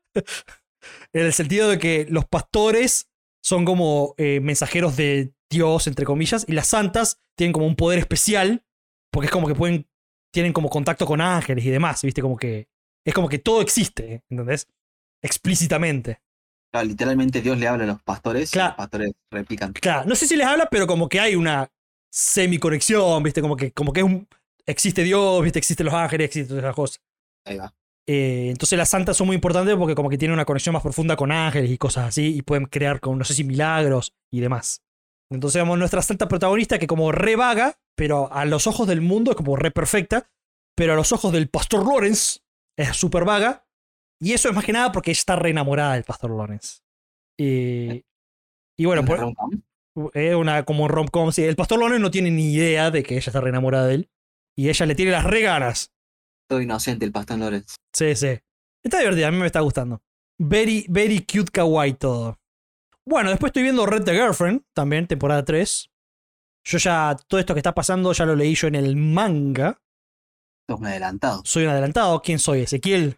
En el sentido de que los pastores son como eh, mensajeros de Dios, entre comillas, y las santas tienen como un poder especial, porque es como que pueden. Tienen como contacto con ángeles y demás, ¿viste? Como que. Es como que todo existe, ¿entendés? Explícitamente. Claro, literalmente Dios le habla a los pastores y los Claro, pastores replican. claro, no sé si les habla, pero como que hay una semiconexión, ¿viste? Como que, como que es un, existe Dios, ¿viste? Existen los ángeles, existen todas esas cosas. Ahí va. Eh, entonces las santas son muy importantes porque como que tienen una conexión más profunda con ángeles y cosas así y pueden crear con, no sé si milagros y demás. Entonces vemos nuestra santa protagonista que como re vaga, pero a los ojos del mundo es como re perfecta, pero a los ojos del Pastor Lawrence es súper vaga. Y eso es más que nada porque ella está re enamorada del Pastor Lawrence. Y, y ¿Es bueno, una por, rom-com? es una como rom-com. Sí, el Pastor Lawrence no tiene ni idea de que ella está re enamorada de él. Y ella le tiene las re ganas. Todo inocente el pastor Lorenz. Sí, sí. Está divertida, a mí me está gustando. Very, very cute kawaii todo. Bueno, después estoy viendo Red the Girlfriend, también, temporada tres. Yo ya, todo esto que está pasando ya lo leí yo en el manga. Sos un adelantado. Soy un adelantado. ¿Quién soy? Ezequiel.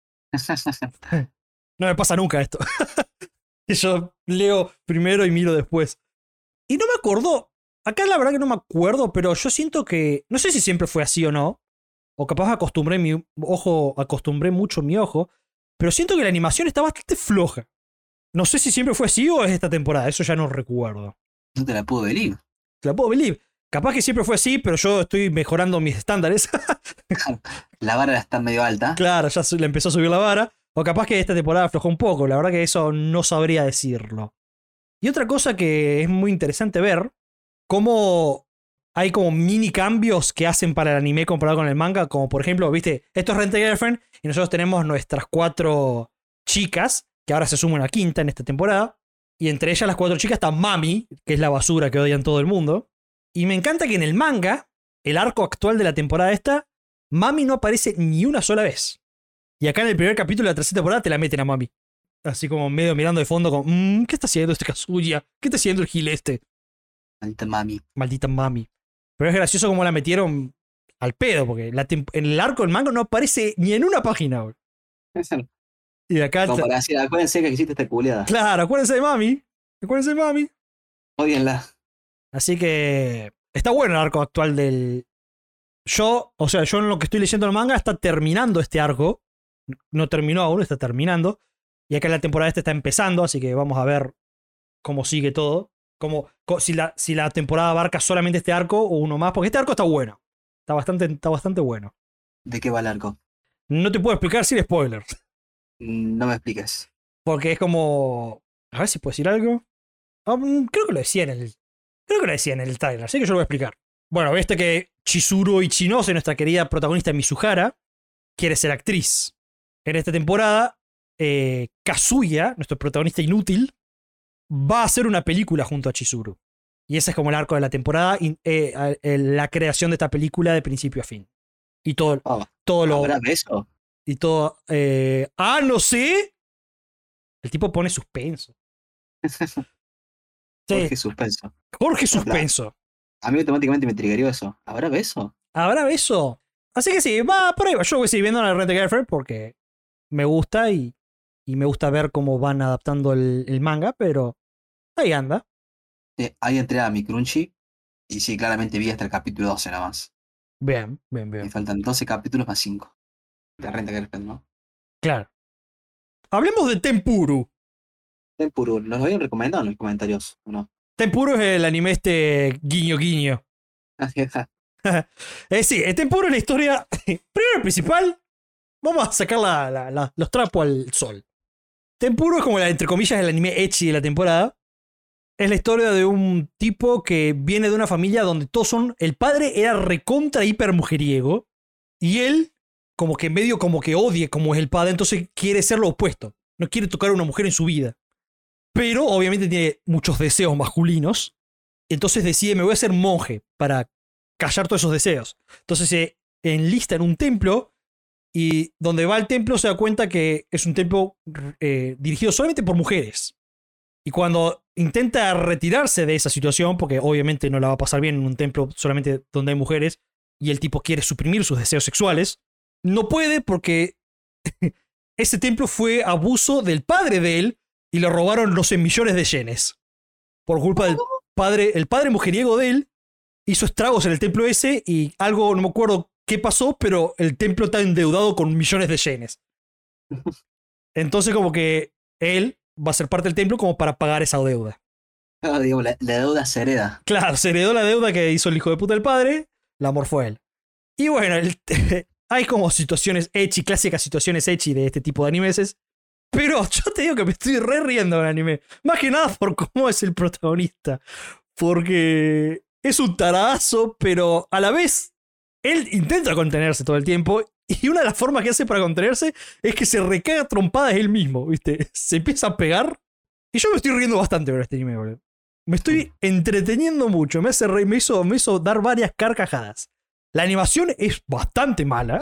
No me pasa nunca esto. Yo leo primero y miro después. Y no me acuerdo. Acá la verdad que no me acuerdo, pero yo siento que. No sé si siempre fue así o no. O capaz acostumbré mi ojo. Acostumbré mucho mi ojo. Pero siento que la animación está bastante floja. No sé si siempre fue así o es esta temporada. Eso ya no recuerdo. No te la puedo venir. Te la puedo believe. Capaz que siempre fue así, pero yo estoy mejorando mis estándares. La vara está medio alta. Claro, ya le empezó a subir la vara. O capaz que esta temporada aflojó un poco. La verdad que eso no sabría decirlo. Y otra cosa que es muy interesante ver, cómo hay como mini cambios que hacen para el anime comparado con el manga, como por ejemplo, viste, esto es Rent a Girlfriend y nosotros tenemos nuestras cuatro chicas, que ahora se suman a quinta en esta temporada, y entre ellas las cuatro chicas está Mami, que es la basura que odian todo el mundo. Y me encanta que en el manga, el arco actual de la temporada esta, Mami no aparece ni una sola vez. Y acá en el primer capítulo de la tercera temporada te la meten a Mami. Así como medio mirando de fondo, como, mmm, ¿qué está haciendo este Kazuya? ¿Qué está haciendo el gil este? Maldita mami. Maldita Mami. Pero es gracioso como la metieron al pedo, porque la en el arco del manga no aparece ni en una página, bro. Y acá. Como para decir, acuérdense que existe esta culiada. Claro, acuérdense de Mami. Acuérdense de Mami. Odienla. Así que. Está bueno el arco actual del. Yo, o sea, yo en lo que estoy leyendo el manga está terminando este arco. No terminó aún, está terminando. Y acá la temporada esta está empezando, así que vamos a ver cómo sigue todo. Como, si, la, si la temporada abarca solamente este arco o uno más, porque este arco está bueno. Está bastante, está bastante bueno. ¿De qué va el arco? No te puedo explicar sin spoilers. No me expliques. Porque es como. A ver si puedo decir algo. Um, creo que lo decía en el. Creo que lo decía en el trailer, así que yo lo voy a explicar. Bueno, viste que Chizuru Ichinose, nuestra querida protagonista Mizuhara, quiere ser actriz. En esta temporada, eh, Kazuya, nuestro protagonista inútil, va a hacer una película junto a Chizuru. Y ese es como el arco de la temporada, y, eh, eh, la creación de esta película de principio a fin. Y todo, Oh, todo lo. ¿habrá beso? Y todo. Eh, ah, no sé. El tipo pone suspenso. Sí, Jorge suspenso. Jorge suspenso. A mí automáticamente me triggerió eso. ¿Habrá beso? ¿Habrá beso? Así que sí, va por ahí. Yo voy a seguir viendo la Rent a Girlfriend porque me gusta y y me gusta ver cómo van adaptando el, el manga, pero ahí anda. Eh, ahí entré a mi Crunchy y sí, claramente vi hasta el capítulo doce nada más. Bien, bien, Me bien. faltan doce capítulos más cinco. De renta que respeto, ¿no? Claro. Hablemos de Tempuru. Tempuru, ¿nos lo habían recomendado en los comentarios o no? Tempuru es el anime este guiño guiño. eh, sí, el Tempuru es la historia. Primero y principal, vamos a sacar la, la, la, los trapos al sol. Tempuru es como la, entre comillas, el anime ecchi de la temporada. Es la historia de un tipo que viene de una familia donde todos son. El padre era recontra hiper mujeriego. Y él, como que medio como que odia como es el padre, entonces quiere ser lo opuesto. No quiere tocar a una mujer en su vida. Pero obviamente tiene muchos deseos masculinos. Entonces decide, me voy a hacer monje para callar todos esos deseos. Entonces se enlista en un templo. Y donde va al templo se da cuenta que es un templo eh, dirigido solamente por mujeres. Y cuando intenta retirarse de esa situación, porque obviamente no la va a pasar bien en un templo solamente donde hay mujeres, y el tipo quiere suprimir sus deseos sexuales, no puede porque ese templo fue abuso del padre de él y le robaron no sé millones de yenes. Por culpa del padre, el padre mujeriego de él hizo estragos en el templo ese y algo, no me acuerdo qué pasó, pero el templo está endeudado con millones de yenes. Entonces como que él va a ser parte del templo como para pagar esa deuda. Claro, digo, la, la deuda se hereda. Claro, se heredó la deuda que hizo el hijo de puta del padre, la morfó él. Y bueno, el, hay como situaciones ecchi, clásicas situaciones ecchi de este tipo de animes. Pero yo te digo que me estoy re riendo del anime. Más que nada por cómo es el protagonista. Porque es un tarazo, pero a la vez él intenta contenerse todo el tiempo. Y una de las formas que hace para contenerse es que se recaga a trompadas él mismo, ¿viste? Se empieza a pegar. Y yo me estoy riendo bastante con este anime, boludo. Me estoy entreteniendo mucho. Me, hace re... me, hizo, me hizo dar varias carcajadas. La animación es bastante mala.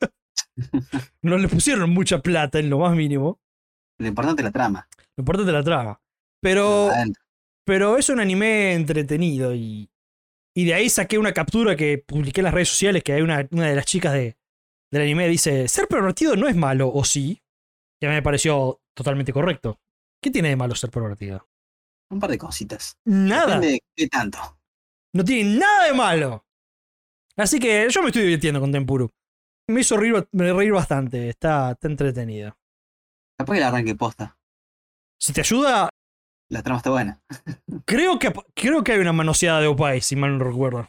No le pusieron mucha plata en lo más mínimo. Lo importante es la trama. Lo importante es la trama. Pero, Adentro. pero es un anime entretenido. Y, y de ahí saqué una captura que publiqué en las redes sociales. Que hay una, una de las chicas de, del anime dice: ser pervertido no es malo, ¿o sí? Que a mí me pareció totalmente correcto. ¿Qué tiene de malo ser pervertido? Un par de cositas. Nada. Depende de qué tanto. No tiene nada de malo. Así que yo me estoy divirtiendo con Tempuru. Me hizo reír, me reír bastante. Está, está entretenido. Capaz que el arranque posta. Si te ayuda, La trama está buena. creo que, creo que hay una manoseada de Opais, si mal no recuerdo.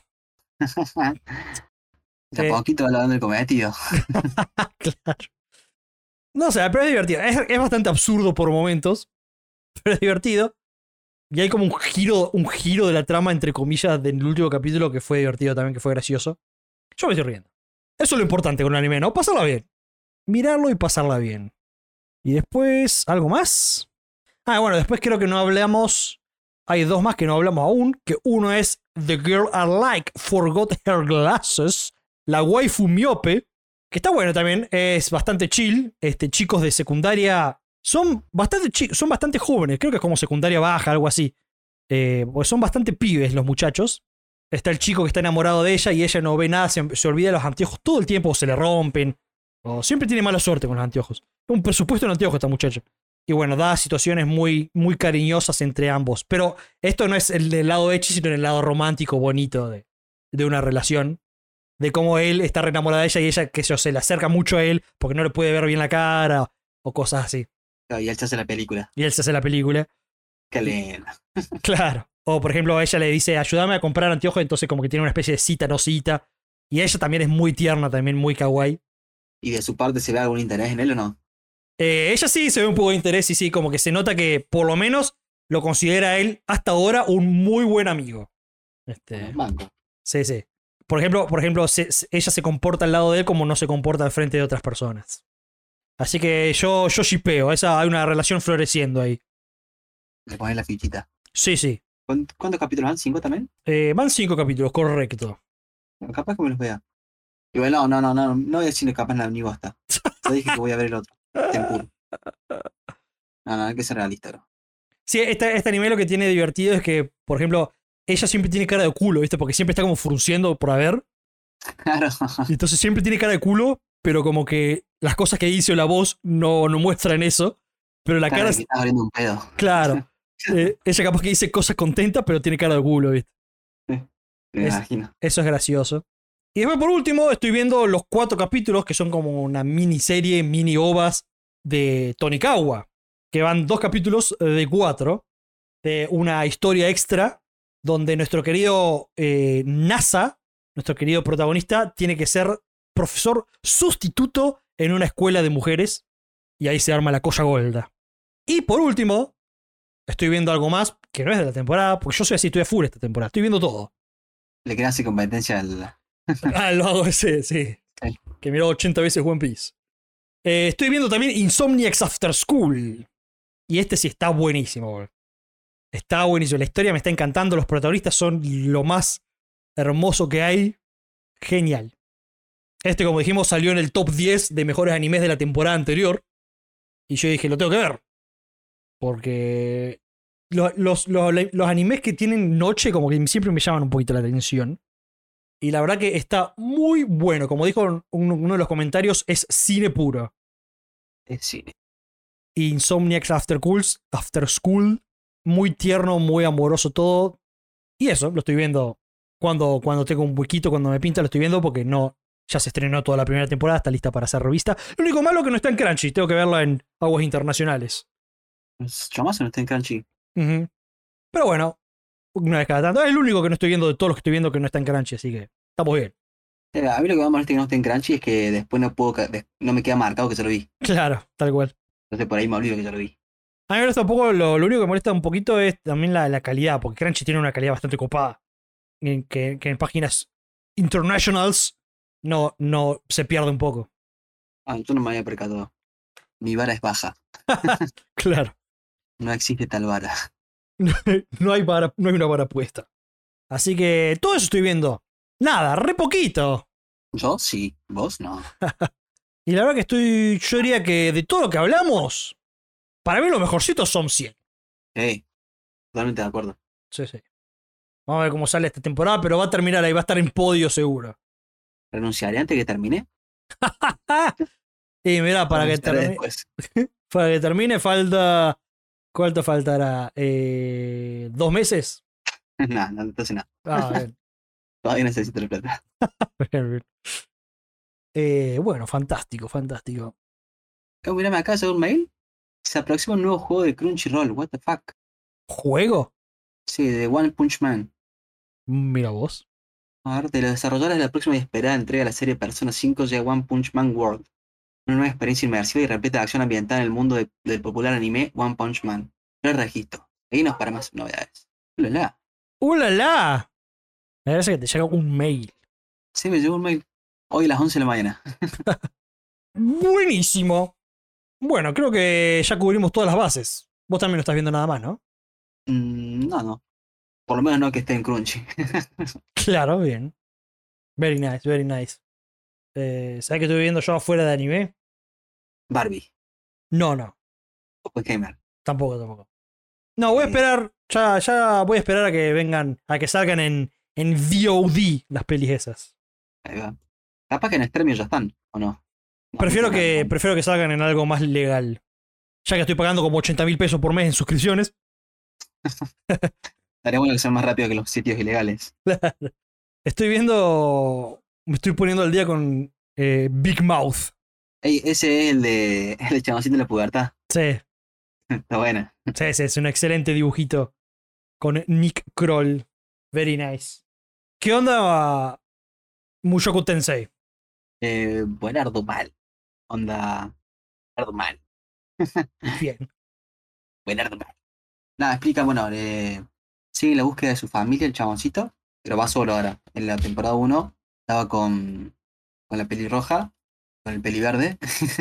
De a poquito va hablando el cometido. Claro. No sé, pero es divertido. Es, es bastante absurdo por momentos, pero es divertido. Y hay como un giro, un giro de la trama, entre comillas, del último capítulo que fue divertido también, que fue gracioso. Yo me estoy riendo. Eso es lo importante con un anime, ¿no? Pasarla bien. Mirarlo y pasarla bien. Y después, ¿algo más? Ah, bueno, después creo que no hablamos. Hay dos más que no hablamos aún. Que uno es The Girl I Like Forgot Her Glasses. La waifu miope. Que está bueno también. Es bastante chill. Este, chicos de secundaria. Son bastante chicos. Son bastante jóvenes. Creo que es como secundaria baja, algo así. Eh, pues son bastante pibes los muchachos. Está el chico que está enamorado de ella y ella no ve nada. Se, se olvida de los anteojos todo el tiempo. O se le rompen. O siempre tiene mala suerte con los anteojos. Un presupuesto en anteojos esta muchacha. Y bueno, da situaciones muy, muy cariñosas entre ambos. Pero esto no es el del lado ecchi, sino en el lado romántico, bonito de, de una relación. De cómo él está re enamorado de ella y ella, que yo se le acerca mucho a él porque no le puede ver bien la cara o cosas así. Y él se hace la película. Y él se hace la película. Qué lindo. Claro. O por ejemplo, ella le dice, ayúdame a comprar anteojos, entonces como que tiene una especie de cita, no cita. Y ella también es muy tierna, también muy kawaii. ¿Y de su parte se ve algún interés en él o no? Eh, ella sí se ve un poco de interés y sí, como que se nota que por lo menos lo considera a él hasta ahora un muy buen amigo. Este, Banco. sí, sí. Por ejemplo, por ejemplo se, se, ella se comporta al lado de él como no se comporta al frente de otras personas. Así que yo, yo shipeo, esa, hay una relación floreciendo ahí. Le pones la fichita. Sí, sí. ¿Cuántos capítulos van? ¿Cinco también? Eh, van cinco capítulos, correcto. Capaz que me los vea. Igual no, no, no, no, no voy a decirle capaz nada ni bosta. Yo dije que voy a ver el otro. Tempuru. No, no, hay que ser realista, bro. Sí, este, este anime lo que tiene divertido es que, por ejemplo, ella siempre tiene cara de culo, ¿viste? Porque siempre está como frunciendo por haber. Claro. Entonces siempre tiene cara de culo, pero como que las cosas que dice o la voz no, no muestran eso. pero la Cara cara de que es. estás abriendo un pedo. Claro. Eh, ella capaz que dice cosas contenta, pero tiene cara de culo, ¿viste? Me Es, imagino. eso es gracioso. Y después, por último, estoy viendo los cuatro capítulos que son como una miniserie, mini ovas de Tonikawa. Que van dos capítulos de cuatro. De una historia extra donde nuestro querido eh, NASA, nuestro querido protagonista, tiene que ser profesor sustituto en una escuela de mujeres. Y ahí se arma la cosa golda. Y por último, estoy viendo algo más que no es de la temporada, porque yo soy así, estoy a full esta temporada. Estoy viendo todo. Le queda así competencia al. Ah, lo hago ese, sí. Sí. Que miró ochenta veces One Piece. Eh, estoy viendo también Insomniacs After School. Y este sí está buenísimo, bro. Está buenísimo. La historia me está encantando. Los protagonistas son lo más hermoso que hay. Genial. Este, como dijimos, salió en el top diez de mejores animes de la temporada anterior. Y yo dije, lo tengo que ver. Porque los, los, los, los animes que tienen noche como que siempre me llaman un poquito la atención. Y la verdad que está muy bueno. Como dijo uno de los comentarios, es cine puro. Es cine. Insomniacs After, Cools, After School. Muy tierno, muy amoroso todo. Y eso, lo estoy viendo cuando, cuando tengo un huequito, cuando me pinta, lo estoy viendo porque no. Ya se estrenó toda la primera temporada, está lista para ser revista. Lo único malo es que no está en Crunchy, tengo que verla en aguas internacionales. Pues, Chamazo no está en Crunchy. Uh-huh. Pero bueno, una vez cada tanto. Es el único que no estoy viendo de todos los que estoy viendo que no está en Crunchy, así que estamos bien. Eh, A mí lo que más me molesta que no esté en Crunchy es que después no puedo. ca- des- No me queda marcado que se lo vi. Claro, tal cual. Entonces por ahí me olvido que ya lo vi. A mí me molesta un poco, lo, lo único que me molesta un poquito es también la, la calidad, porque Crunchy tiene una calidad bastante copada. En, que, que en páginas internationals no, no se pierde un poco. Ah, yo no me había percatado. Mi vara es baja. Claro. No existe tal vara. No hay, vara, no hay una vara puesta. Así que todo eso estoy viendo. Nada, re poquito. Yo sí, vos no. Y la verdad que estoy. Yo diría que de todo lo que hablamos, para mí los mejorcitos son cien. Eh, totalmente de acuerdo. Sí, sí. Vamos a ver cómo sale esta temporada, pero va a terminar ahí, va a estar en podio seguro. ¿Renunciaré antes que termine? Y mira, para que, Renunciaré termine, después. para que termine falta. ¿Cuánto faltará? Eh, ¿Dos meses? No, no, entonces no. Ah, bien. Todavía necesito la plata. Bien, bien. Eh, bueno, fantástico, fantástico. Oh, mira, me acaba de llegar un mail. Se aproxima un nuevo juego de Crunchyroll. What the fuck. ¿Juego? Sí, de One Punch Man. Mira vos. A ver, de los desarrolladores de la próxima y esperada entrega de la serie Persona cinco llega One Punch Man World. Una nueva experiencia inmersiva y repleta de acción ambientada en el mundo de- del popular anime One Punch Man. Pre-registro. Seguinos para más novedades. Hola. ¡Uh, la, la! Me parece que te llega un mail. Sí, me llegó un mail. Hoy a las once de la mañana. Buenísimo. Bueno, creo que ya cubrimos todas las bases. Vos también no estás viendo nada más, ¿no? Mm, no, no. Por lo menos no que esté en Crunchy. Claro, bien. Very nice, very nice. Eh, ¿Sabes qué estoy viendo yo afuera de anime? Barbie. No, no. Pues Gamer. Tampoco, tampoco. No, voy a Eh, esperar. Ya, ya voy a esperar a que vengan. A que salgan en, en V O D las pelis esas. Ahí va. Capaz que en Extremio ya están, ¿o no? No, Prefiero no, que, no. prefiero que salgan en algo más legal. Ya que estoy pagando como ochenta mil pesos por mes en suscripciones. Estaría bueno que sean más rápido que los sitios ilegales. Estoy viendo. Me estoy poniendo al día con eh, Big Mouth. Ey, ese es el de el de Chamoncito de la Pubertad. Sí, Está buena. sí, sí, es un excelente dibujito. Con Nick Kroll. Very nice. ¿Qué onda Mushoku Tensei? Eh, buenardo mal. Onda. Buenardo mal. Bien. Buenardo mal. Nada, explica, bueno, eh, sigue la búsqueda de su familia, el chaboncito, pero va solo ahora. En la temporada uno estaba con, con la pelirroja, con el peliverde.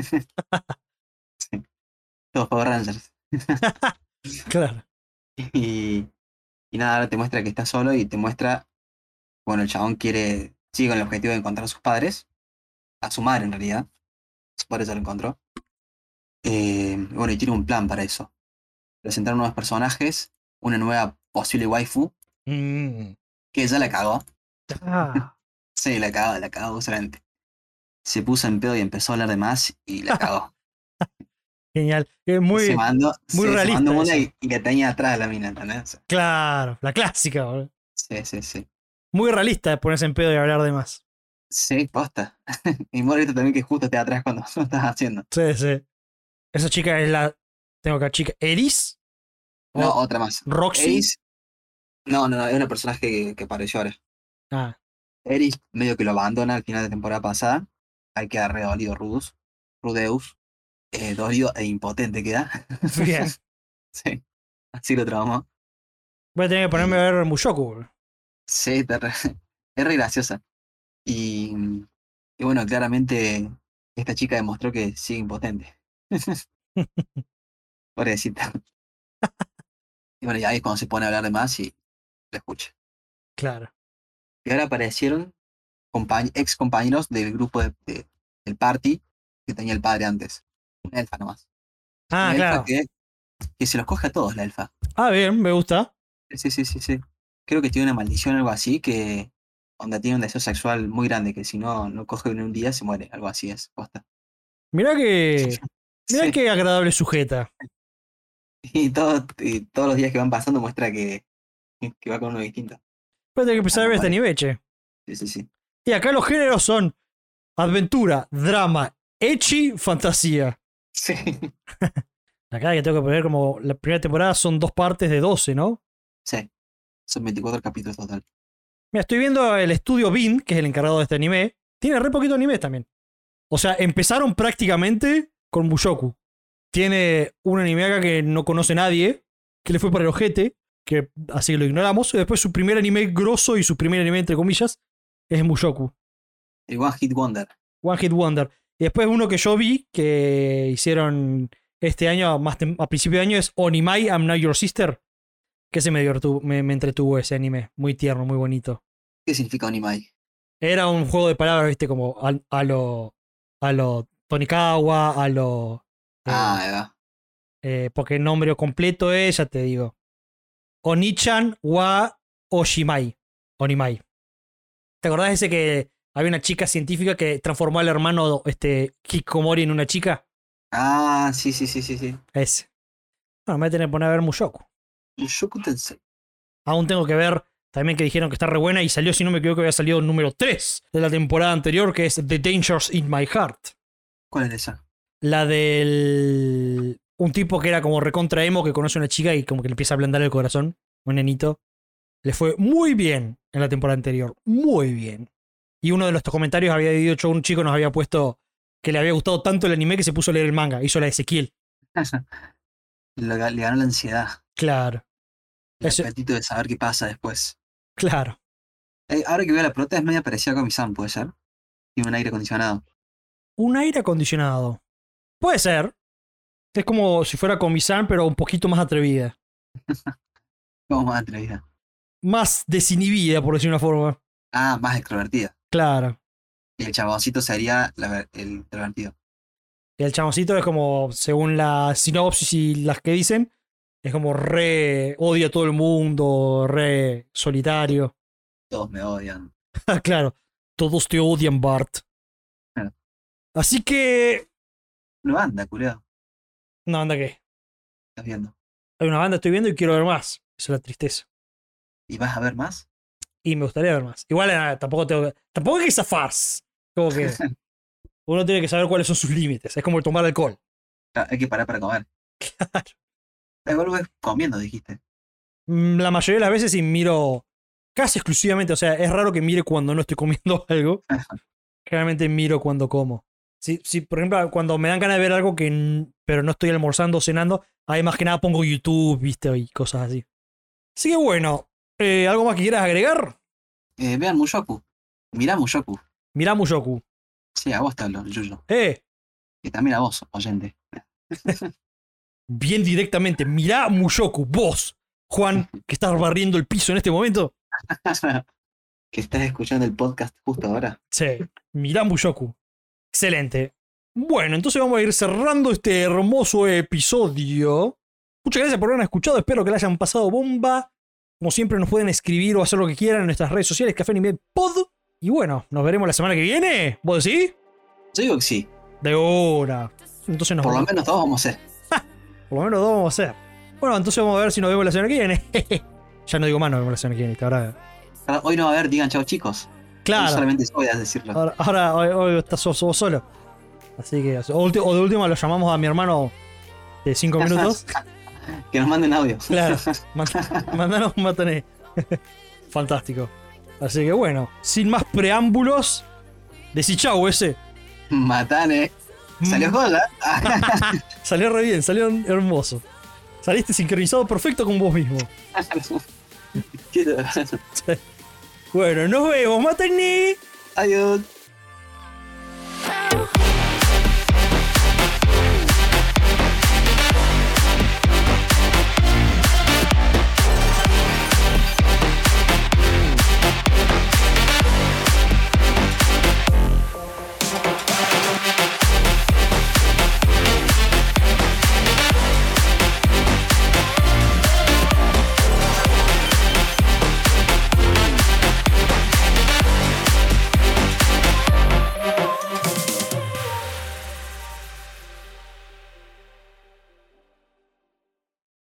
Sí, todos Power Rangers. Claro. Y, y nada, ahora te muestra que está solo y te muestra, bueno, el chabón quiere, sigue con el objetivo de encontrar a sus padres, a su madre en realidad, por eso lo encontró. Eh, bueno, y tiene un plan para eso. Presentar nuevos personajes, una nueva posible waifu, Mm. que ya la cagó. Ah. Sí, la cagó, la cagó solamente. Se puso en pedo y empezó a hablar de más y la cagó. Genial. Es muy, se mandó, muy sí, realista. Se mandó una eso. y, y la tenía atrás la mina, ¿entendés? Claro, la clásica, boludo. Sí, sí, sí. Muy realista ponerse en pedo y hablar de más. Sí, posta. Y muy realista también que justo esté atrás cuando lo estás haciendo. Sí, sí. Esa chica es la. Tengo acá, chica. ¿Eris? No, ¿O otra más. Roxy? Eris. No, no, no, es una personaje que, que apareció ahora. Ah, Eris medio que lo abandona al final de temporada pasada. Ahí queda re dolido Rudus. Rudeus. Eh, dolido e impotente queda. bien. Sí, así lo traumó. Voy a tener que ponerme Y a ver Mushoku, boludo. sí, está re- es re graciosa. Y, y bueno, claramente esta chica demostró que sigue impotente. Pobrecita. Y bueno, y ahí es cuando se pone a hablar de más y lo escucha. Claro. Y ahora aparecieron compañ- ex compañeros del grupo de, de- del party que tenía el padre antes. Una elfa nomás. Ah, Una elfa claro. que, que se los coge a todos, la elfa. Ah, bien, me gusta. Sí, sí, sí, sí. Creo que tiene una maldición o algo así que onda tiene un deseo sexual muy grande que si no, no coge en un día se muere. Algo así es, posta. Mirá que. Mirá Sí. que agradable sujeta. Y, todo, y todos los días que van pasando muestra que, que va con uno distinto. Voy a tener que empezar a ver este Anormal. anime, che. Sí, sí, sí. Y acá los géneros son aventura, drama, ecchi, fantasía. Sí. Acá que tengo que poner como la primera temporada son dos partes de doce, ¿no? Sí. Son veinticuatro capítulos total. Mira, estoy viendo el estudio Bin, que es el encargado de este anime. Tiene re poquito anime también. O sea, empezaron prácticamente con Mushoku. Tiene un anime acá que no conoce nadie, que le fue por el ojete, que así que lo ignoramos. Y después su primer anime grosso y su primer anime, entre comillas, es Mushoku. El One Hit Wonder. One Hit Wonder. Y después uno que yo vi, que hicieron este año, más a principio de año, es Onimai, I'm Not Your Sister. Que se me, divertu- me, me entretuvo ese anime. Muy tierno, muy bonito. ¿Qué significa Onimai? Era un juego de palabras, viste, como a, a lo. A lo Tonikawa, a lo. Eh, Ah, ahí va. eh, porque el nombre completo es, ya te digo. Onichan wa Oshimai. Onimai. ¿Te acordás de ese que había una chica científica que transformó al hermano este, Hikikomori en una chica? Ah, sí, sí, sí, sí, sí. Ese. Bueno, me voy a tener que poner a ver Mushoku. Mushoku Tensei. Aún tengo que ver también que dijeron que está re buena y salió, si no me equivoco, que había salido el número tres de la temporada anterior, que es The Dangers in My Heart. ¿Cuál es esa? La del. Un tipo que era como recontra emo que conoce a una chica y como que le empieza a ablandar el corazón. Un nenito. Le fue muy bien en la temporada anterior. Muy bien. Y uno de los comentarios había dicho, un chico nos había puesto que le había gustado tanto el anime que se puso a leer el manga. Hizo la de Ezequiel. Le, le ganó la ansiedad. Claro. El Eso- apetito de saber qué pasa después. Claro. Eh, ahora que veo la prota es media parecida a Komi-san, ¿puede ser? Tiene un aire acondicionado. Un aire acondicionado. Puede ser. Es como si fuera Komi-san, pero un poquito más atrevida. ¿Cómo más atrevida? Más desinhibida, por decir una forma. Ah, más extrovertida. Claro. Y el chaboncito sería la ver- el introvertido. Y el chamoncito es como, según la sinopsis y las que dicen, es como re odia a todo el mundo, re solitario. Todos me odian. Claro, todos te odian, Bart. Claro. Así que. No anda, culiao. No, anda que. Estás viendo. Hay una banda, estoy viendo y quiero ver más. Esa es la tristeza. ¿Y vas a ver más? Y me gustaría ver más. Igual eh, tampoco tengo que. Tampoco hay que zafarse. Como que. Uno tiene que saber cuáles son sus límites. Es como el tomar alcohol. Claro, hay que parar para comer. Claro. Igual ves comiendo, dijiste. Mm, La mayoría de las veces sí miro casi exclusivamente, o sea, es raro que mire cuando no estoy comiendo algo. Generalmente miro cuando como. Si, si, por ejemplo, cuando me dan ganas de ver algo que n- pero no estoy almorzando o cenando, ahí más que nada pongo YouTube, viste, y cosas así. Así que bueno, eh, ¿algo más que quieras agregar? Eh, vean Mushoku. Mirá Mushoku. Mirá Mushoku. Sí, a vos te hablo, Yuyo. Eh, Y también a vos, oyente. bien directamente, mirá Mushoku, vos, Juan, que estás barriendo el piso en este momento. Que estás escuchando el podcast justo ahora. Sí, mirá Mushoku. Excelente. Bueno, entonces vamos a ir cerrando este hermoso episodio. Muchas gracias por habernos escuchado. Espero que la hayan pasado bomba. Como siempre, nos pueden escribir o hacer lo que quieran en nuestras redes sociales, Café Anime Pod. Y bueno, nos veremos la semana que viene. ¿Vos decís? Yo digo que sí. De una. Entonces nos Por lo vamos. menos dos vamos a ser. Por lo menos dos vamos a hacer. Bueno, entonces vamos a ver si nos vemos la semana que viene. Ya no digo más, nos vemos la semana que viene. que Ahora, Ahora, Hoy no va a haber, digan chao chicos. Hoy claro. solamente yo voy a decirlo. Ahora, ahora hoy, hoy estás sos vos solo. Así que, o, ulti- o de última lo llamamos a mi hermano de cinco minutos. Que nos manden audio. Claro, mand- mandanos un matané. Fantástico. Así que bueno, sin más preámbulos, decí chau ese. Matane. Salió Mm. gol, ¿eh? Salió re bien, salió hermoso. Saliste sincronizado perfecto con vos mismo. Quiero- Bueno, nos vemos, matané. Adiós.